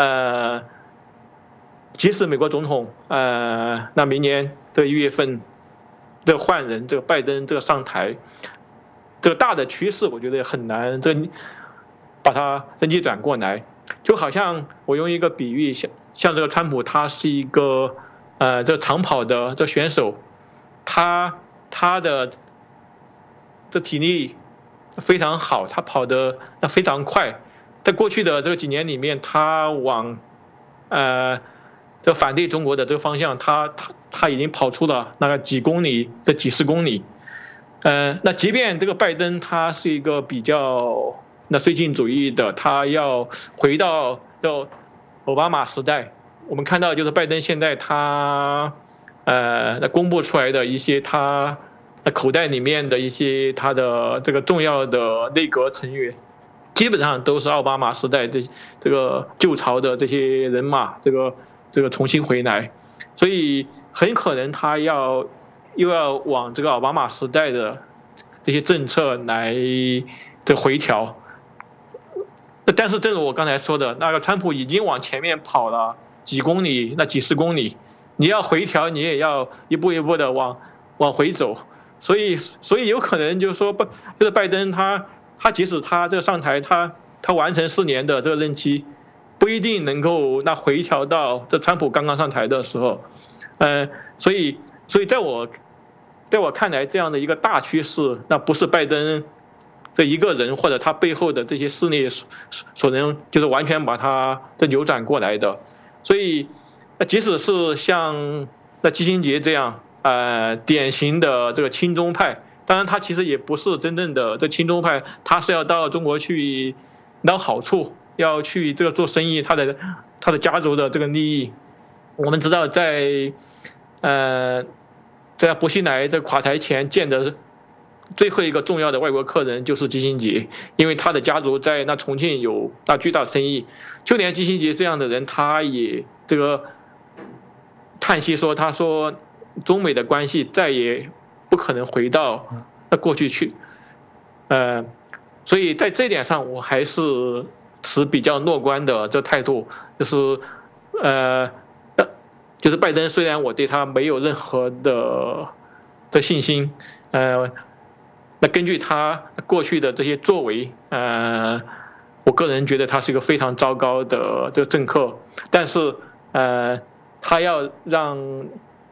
即使美国总统那明年的1月份这个换人，这个拜登这个上台，这个大的趋势我觉得很难把它逆转过来。就好像我用一个比喻，像这个川普，他是一个这个长跑的这选手，他的这体力非常好，他跑得非常快。在过去的这个几年里面，他往这反对中国的这个方向，他已经跑出了那个几公里、这几十公里。那即便这个拜登他是一个比较那绥靖主义的，他要回到奥巴马时代。我们看到就是拜登现在他公布出来的一些他口袋里面的一些他的这个重要的内阁成员，基本上都是奥巴马时代的这个旧巢的这些人马，这个重新回来。所以很可能他又要往这个奥巴马时代的这些政策来的回调。但是正如我刚才说的，那个川普已经往前面跑了几公里、那几十公里，你要回调，你也要一步一步的往回走。所以有可能就是说，就是拜登他即使他这个上台，他完成4年的这个任期，不一定能够那回调到这川普刚刚上台的时候。所以在我看来，这样的一个大趋势，那不是拜登这一个人或者他背后的这些势力所能就是完全把它这扭转过来的。所以即使是像那基辛格这样典型的这个亲中派，当然他其实也不是真正的这亲中派，他是要到中国去捞好处，要去这个做生意，他的家族的这个利益。我们知道在薄熙来这垮台前见的最后一个重要的外国客人就是基辛格，因为他的家族在那重庆有那巨大的生意。就连基辛格这样的人，他也这个叹息说，他说中美的关系再也不可能回到那过去去。所以在这一点上，我还是持比较乐观的这态度，就是拜登虽然我对他没有任何的信心，那根据他过去的这些作为，我个人觉得他是一个非常糟糕的这个政客，但是他要让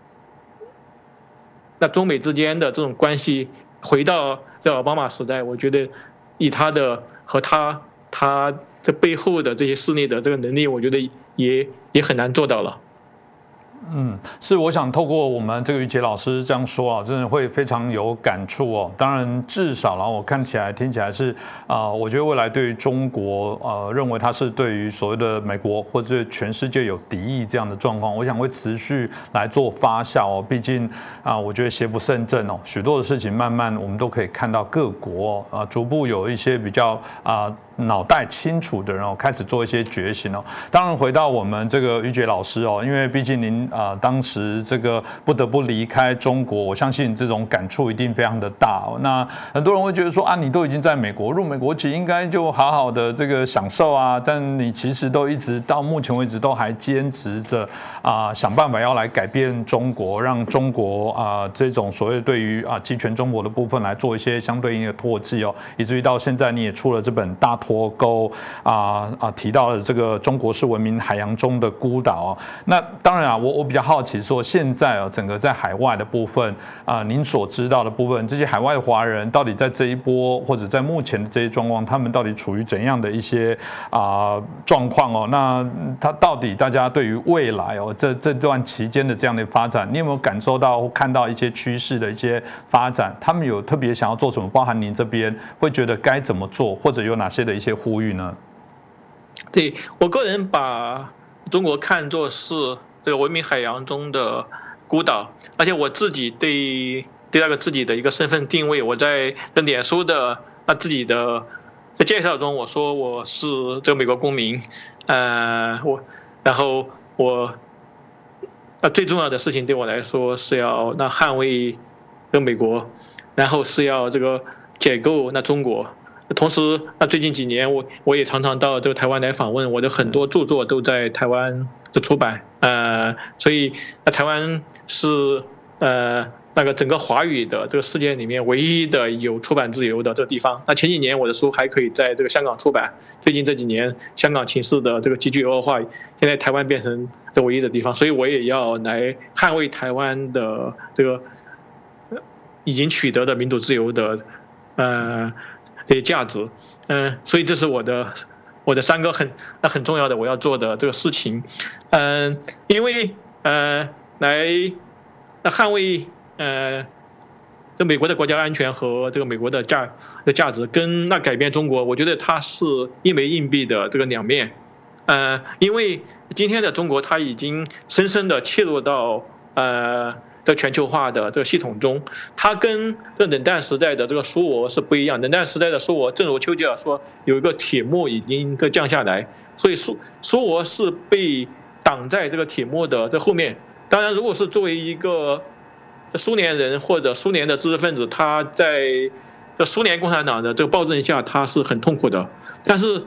那中美之间的这种关系回到在奥巴马时代，我觉得以他的和他这背后的这些势力的这个能力，我觉得也很难做到了。 是，我想透过我们这个于杰老师这样说啊，真的会非常有感触哦。当然，至少然后我看起来、听起来是我觉得未来对于中国认为它是对于所谓的美国或者全世界有敌意这样的状况，我想会持续来做发酵哦。毕竟我觉得邪不胜正哦，许多的事情慢慢我们都可以看到各国逐步有一些比较脑袋清楚的人开始做一些觉醒哦。当然，回到我们这个于杰老师哦，因为毕竟您当时这个不得不离开中国，我相信这种感触一定非常的大哦。那很多人会觉得说你都已经在美国入美国籍，应该就好好的这个享受啊，但你其实都一直到目前为止都还坚持着想办法要来改变中国，让中国这种所谓对于集权中国的部分来做一些相对应的唾弃哦，以至于到现在你也出了这本大脱钩提到了这个中国是文明海洋中的孤岛哦。那当然我比较好奇说，现在整个在海外的部分您所知道的部分，这些海外华人到底在这一波或者在目前的这些状况，他们到底处于怎样的一些状况哦？那他到底大家对于未来这段期间的这样的发展，你有没有感受到或看到一些趋势的一些发展？他们有特别想要做什么？包含您这边会觉得该怎么做，或者有哪些的一些呼吁呢？ 对，我个人把中国看作是这个文明海洋中的孤岛，而且我自己对那个自己的一个身份定位，我在脸书的自己的在介绍中，我说我是这个美国公民，然后我最重要的事情对我来说是要捍卫这个美国，然后是要这个解构中国。同时，最近几年我也常常到这个台湾来访问，我的很多著作都在台湾的出版，所以台湾是那个整个华语的这个世界里面唯一的有出版自由的这个地方。那前几年我的书还可以在这个香港出版，最近这几年香港情势的这个急剧恶化，现在台湾变成这唯一的地方，所以我也要来捍卫台湾的这个已经取得的民主自由的这些价值，所以这是我的3个很重要的我要做的这个事情，因为来捍卫这美国的国家安全和这个美国的价值跟改变中国，我觉得它是一枚硬币的这个两面，因为今天的中国它已经深深的切入到这全球化的这个系统中，它跟这冷战时代的这个苏俄是不一样。冷战时代的苏俄，正如丘吉尔说，有一个铁幕已经降下来，所以苏俄是被挡在这个铁幕的这后面。当然，如果是作为一个苏联人或者苏联的知识分子，他在这苏联共产党的这个暴政下，他是很痛苦的。但是，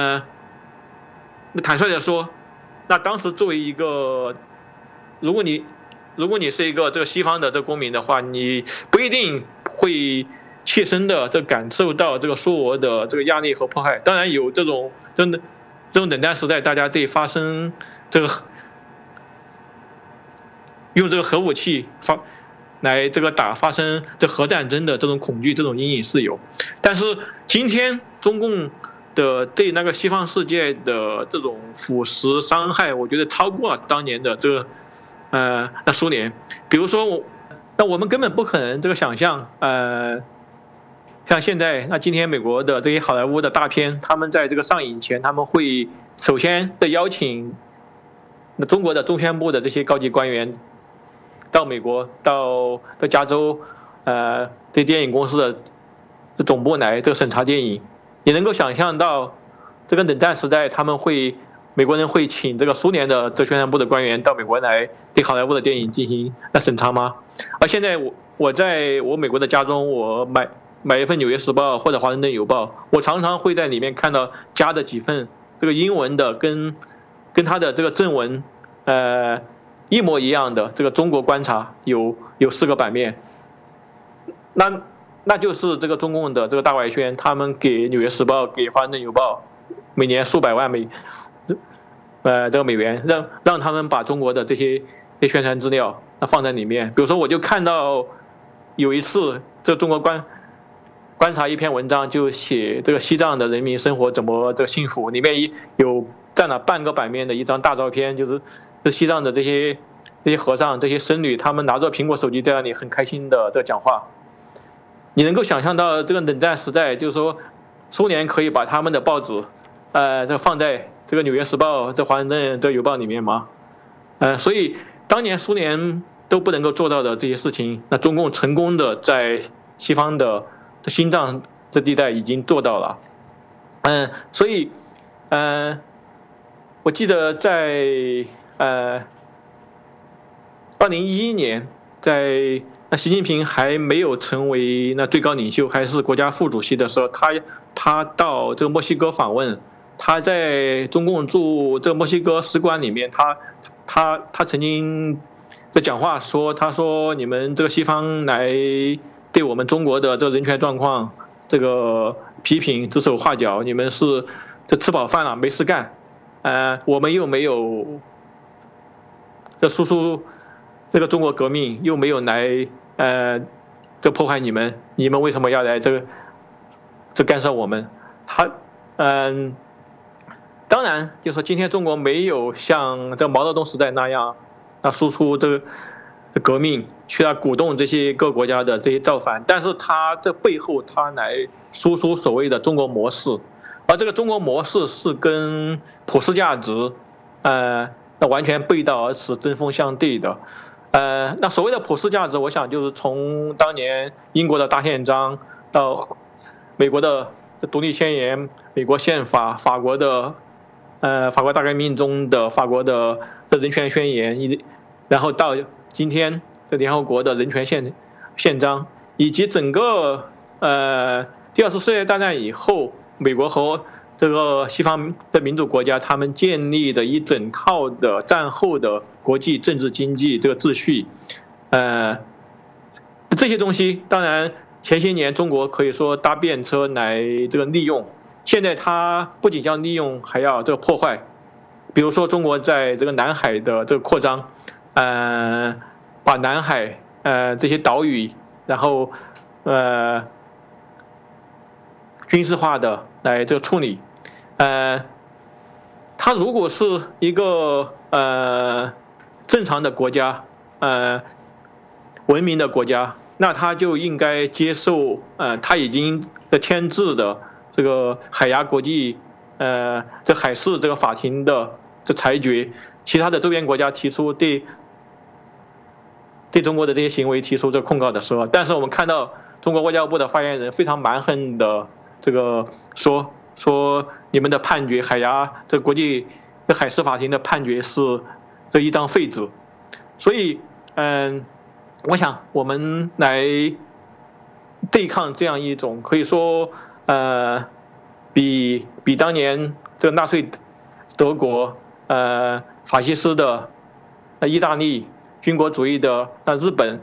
坦率的说，当时作为一个，如果你是一个这个西方的这个公民的话，你不一定会切身的感受到这个苏俄的这个压力和迫害。当然有这种冷战时代，大家对发生这个用这个核武器来发生这核战争的这种恐惧、这种阴影是有。但是今天中共的对那个西方世界的这种腐蚀伤害，我觉得超过了当年的这个苏联。比如说我们根本不可能这个想象，像现在今天美国的这些好莱坞的大片，他们在这个上映前，他们会首先的邀请中国的中宣部的这些高级官员到美国，到加州这电影公司的总部来这个审查电影。你能够想象到这个冷战时代，美国人会请这个苏联的这宣传部的官员到美国来对好莱坞的电影进行审查吗？而现在我在美国的家中，我买一份《纽约时报》或者《华盛顿邮报》，我常常会在里面看到加的几份这个英文的跟它的这个正文一模一样的这个中国观察有4个版面，那就是这个中共的这个大外宣，他们给《纽约时报》给《华盛顿邮报》每年数百万这个美元，让他们把中国的这些宣传资料放在里面。比如说，我就看到有一次，这个中国观察一篇文章，就写这个西藏的人民生活怎么这个幸福，里面有占了半个版面的一张大照片，就是西藏的这些和尚、这些僧侣，他们拿着苹果手机在那里很开心的这讲话。你能够想象到这个冷战时代，就是说苏联可以把他们的报纸这放在这个《纽约时报》、这《华盛顿这邮报》里面吗？所以当年苏联都不能够做到的这些事情，那中共成功的在西方的心脏这地带已经做到了。所以我记得在2011年，在习近平还没有成为最高领袖，还是国家副主席的时候，他到这个墨西哥访问，他在中共驻这个墨西哥使馆里面，他曾经在讲话说，他说你们这个西方来对我们中国的这个人权状况这个批评指手画脚，你们是这吃饱饭了没事干，我们又没有这输出这个中国革命，又没有来这破坏你们为什么要来这干涉我们？当然就是说今天中国没有像这毛泽东时代那样输出这个革命，去鼓动这些各国家的这些造反，但是他这背后他来输出所谓的中国模式，而这个中国模式是跟普世价值那完全背道而驰、针锋相对的。那所谓的普世价值，我想就是从当年英国的大宪章到美国的独立宣言、美国宪法、法国的法国大革命中的法国的这人权宣言，然后到今天这联合国的人权宪章，以及整个第二次世界大战以后，美国和这个西方的民主国家他们建立的一整套的战后的国际政治经济这个秩序，这些东西当然前些年中国可以说搭便车来这个利用，现在它不仅要利用，还要这个破坏。比如说中国在这个南海的这个扩张，把南海这些岛屿，然后军事化的来这个处理。它如果是一个正常的国家，文明的国家，那它就应该接受它已经签字的这个海牙国际这海事这个法庭的这裁决，其他的周边国家提出对中国的这些行为提出这个控告的时候，但是我们看到中国外交部的发言人非常蛮横的这个说你们的判决，海牙这国际这海事法庭的判决是这一张废纸。所以我想我们来对抗这样一种可以说比当年这个纳粹德国法西斯的意大利军国主义的日本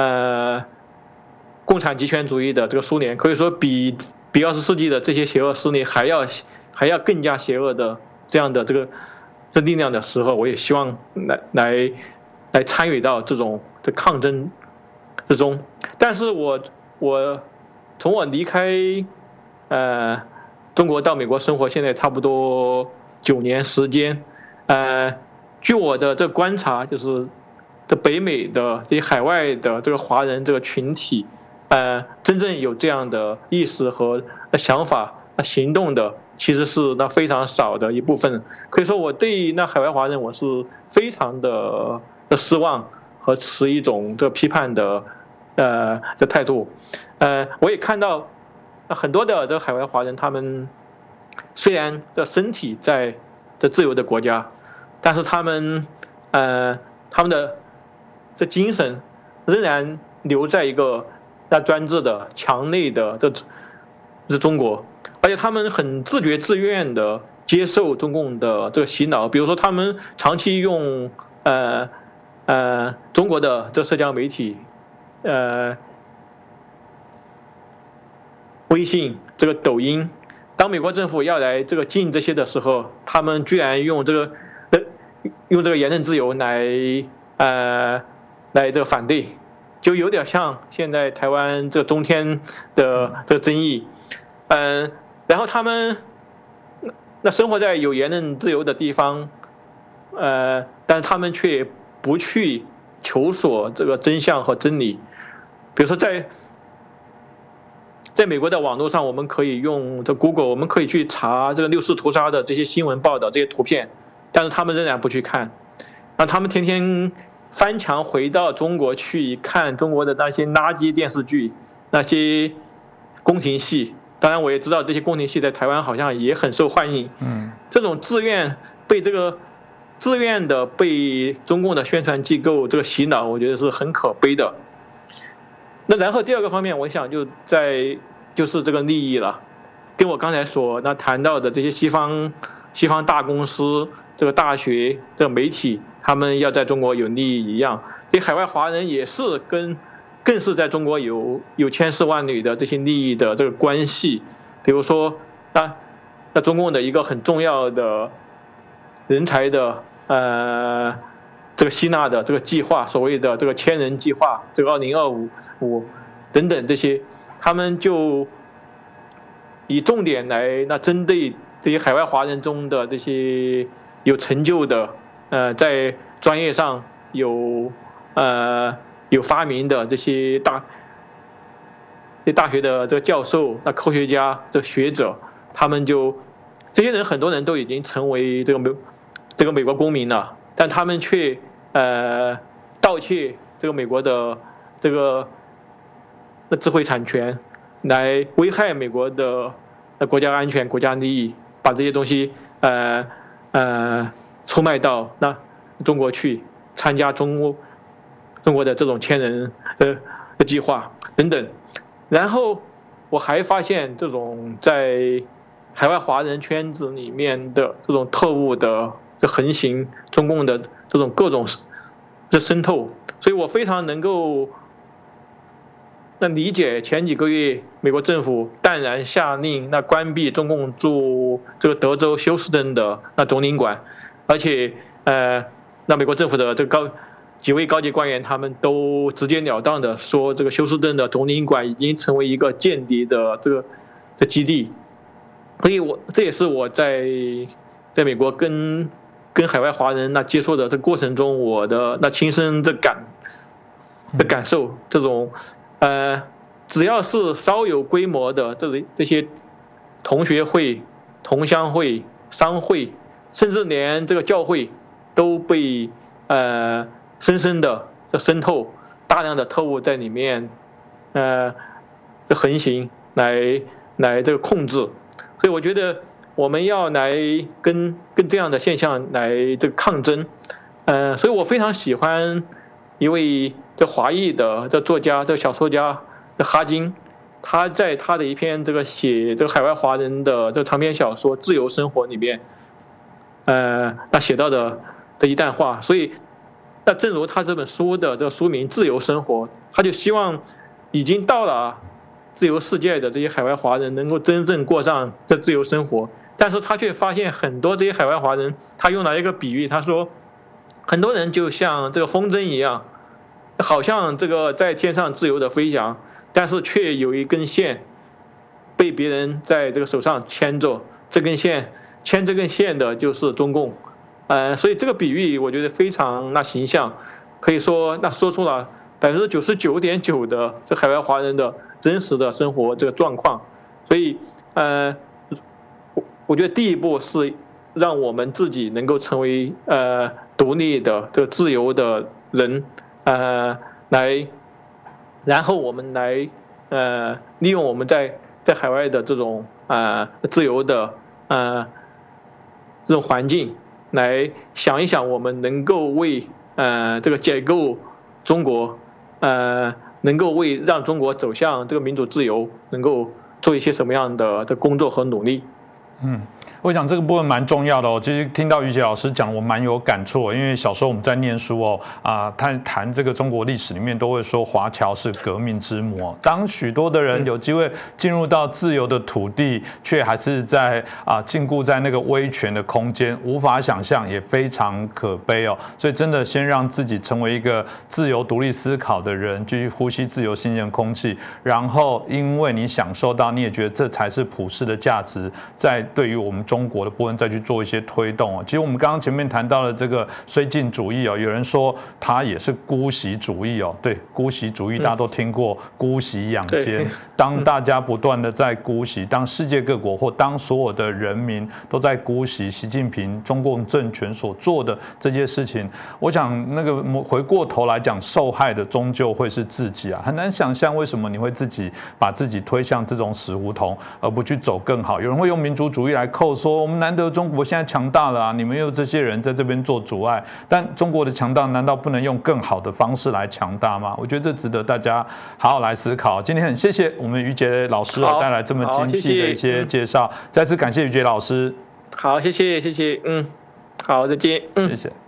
共产极权主义的这个苏联，可以说比20世纪的这些邪恶势力还要更加邪恶的这样的这力量的时候，我也希望来参与到这种抗争之中。但是我从我离开中国到美国生活，现在差不多9年时间。据我的这观察，就是这北美的这些海外的这个华人这个群体，真正有这样的意识和想法、行动的，其实是非常少的一部分。可以说，我对海外华人我是非常的失望和持一种这批判的这态度。我也看到很多的这海外华人，他们虽然的身体在这自由的国家，但是他们的这精神仍然留在一个那专制的、强内的，这是中国，而且他们很自觉自愿的接受中共的这个洗脑，比如说他们长期用中国的这社交媒体，微信、这个抖音，当美国政府要来这个禁这些的时候，他们居然用这个言论自由来这个反对，就有点像现在台湾这个中天的这个争议，然后他们那生活在有言论自由的地方，但是他们却不去求索这个真相和真理，比如说在美国的网络上，我们可以用这 Google， 我们可以去查这个六四屠杀的这些新闻报道、这些图片，但是他们仍然不去看，让他们天天翻墙回到中国去看中国的那些垃圾电视剧、那些宫廷戏。当然，我也知道这些宫廷戏在台湾好像也很受欢迎。这种自愿的被中共的宣传机构这个洗脑，我觉得是很可悲的。那然后第二个方面，我想就是这个利益了，跟我刚才谈到的这些西方大公司、这个大学、这个媒体，他们要在中国有利益一样，这海外华人也是更是在中国有千丝万缕的这些利益的这个关系。比如说那中共的一个很重要的人才的这个吸纳的这个计划，所谓的这个千人计划，这个2025等等这些，他们就以重点来针对这些海外华人中的这些有成就的在专业上有发明的这些大学的这个教授、科学家、这个学者，他们这些人很多人都已经成为这个美国公民了，但他们却盗窃这个美国的这个智慧产权，来危害美国的国家安全、国家利益，把这些东西出卖到中国去，参加中国的这种千人的计划等等。然后我还发现这种在海外华人圈子里面的这种特务的横行，中共的这种各种的渗透，所以我非常能够理解前几个月美国政府淡然下令关闭中共驻这个德州休斯顿的总领馆，而且美国政府的这个几位高级官员他们都直截了当的说，这个休斯顿的总领馆已经成为一个间谍的这基地。所以这也是我在美国跟海外华人接触的这个过程中，我的亲身的感受，这种只要是稍有规模的这些同学会、同乡会、商会，甚至连这个教会都被深深的渗透，大量的特务在里面横行，来这个控制。所以我觉得我们要来跟这样的现象来这个抗争。所以我非常喜欢一位华裔的作家、小说家哈金，他在他的一篇写海外华人的长篇小说《自由生活》里面，写到的这一段话。所以正如他这本书的书名《自由生活》，他就希望已经到了自由世界的这些海外华人能够真正过上这自由生活，但是他却发现很多这些海外华人，他用了一个比喻，他说很多人就像这个风筝一样，好像在天上自由的飞翔，但是却有一根线被别人在这个手上牵着，牵这根线的就是中共。所以这个比喻我觉得非常形象，可以说说出了99.9%的这海外华人的真实的生活这个状况。所以我觉得第一步是让我们自己能够成为独立的这个自由的人，然后我们来利用我们在海外的这种自由的这种环境，来想一想我们能够为这个解构中国能够让中国走向这个民主自由，能够做一些什么样的工作和努力。 我想这个部分蛮重要的哦。其实听到于杰老师讲，我蛮有感触，因为小时候我们在念书哦，谈这个中国历史里面都会说华侨是革命之母。当许多的人有机会进入到自由的土地，却还是在禁锢在那个威权的空间，无法想象，也非常可悲哦。所以真的先让自己成为一个自由独立思考的人，继续呼吸自由新鲜空气，然后因为你享受到，你也觉得这才是普世的价值，在对于我们中国的部分再去做一些推动哦。其实我们刚刚前面谈到了这个绥靖主义哦，有人说它也是姑息主义哦。对，姑息主义大家都听过，姑息养奸。当大家不断的在姑息，当世界各国或当所有的人民都在姑息习近平中共政权所做的这些事情，我想那个回过头来讲，受害的终究会是自己啊。很难想象为什么你会自己把自己推向这种死胡同，而不去走更好。有人会用民族主义来扣说，我们难得中国现在强大了啊，你们有这些人在这边做阻碍，但中国的强大难道不能用更好的方式来强大吗？我觉得这值得大家好好来思考。今天很谢谢我们于杰老师带来这么精辟的一些介绍，再次感谢于杰老师。 好，谢谢，好，再见， 谢谢。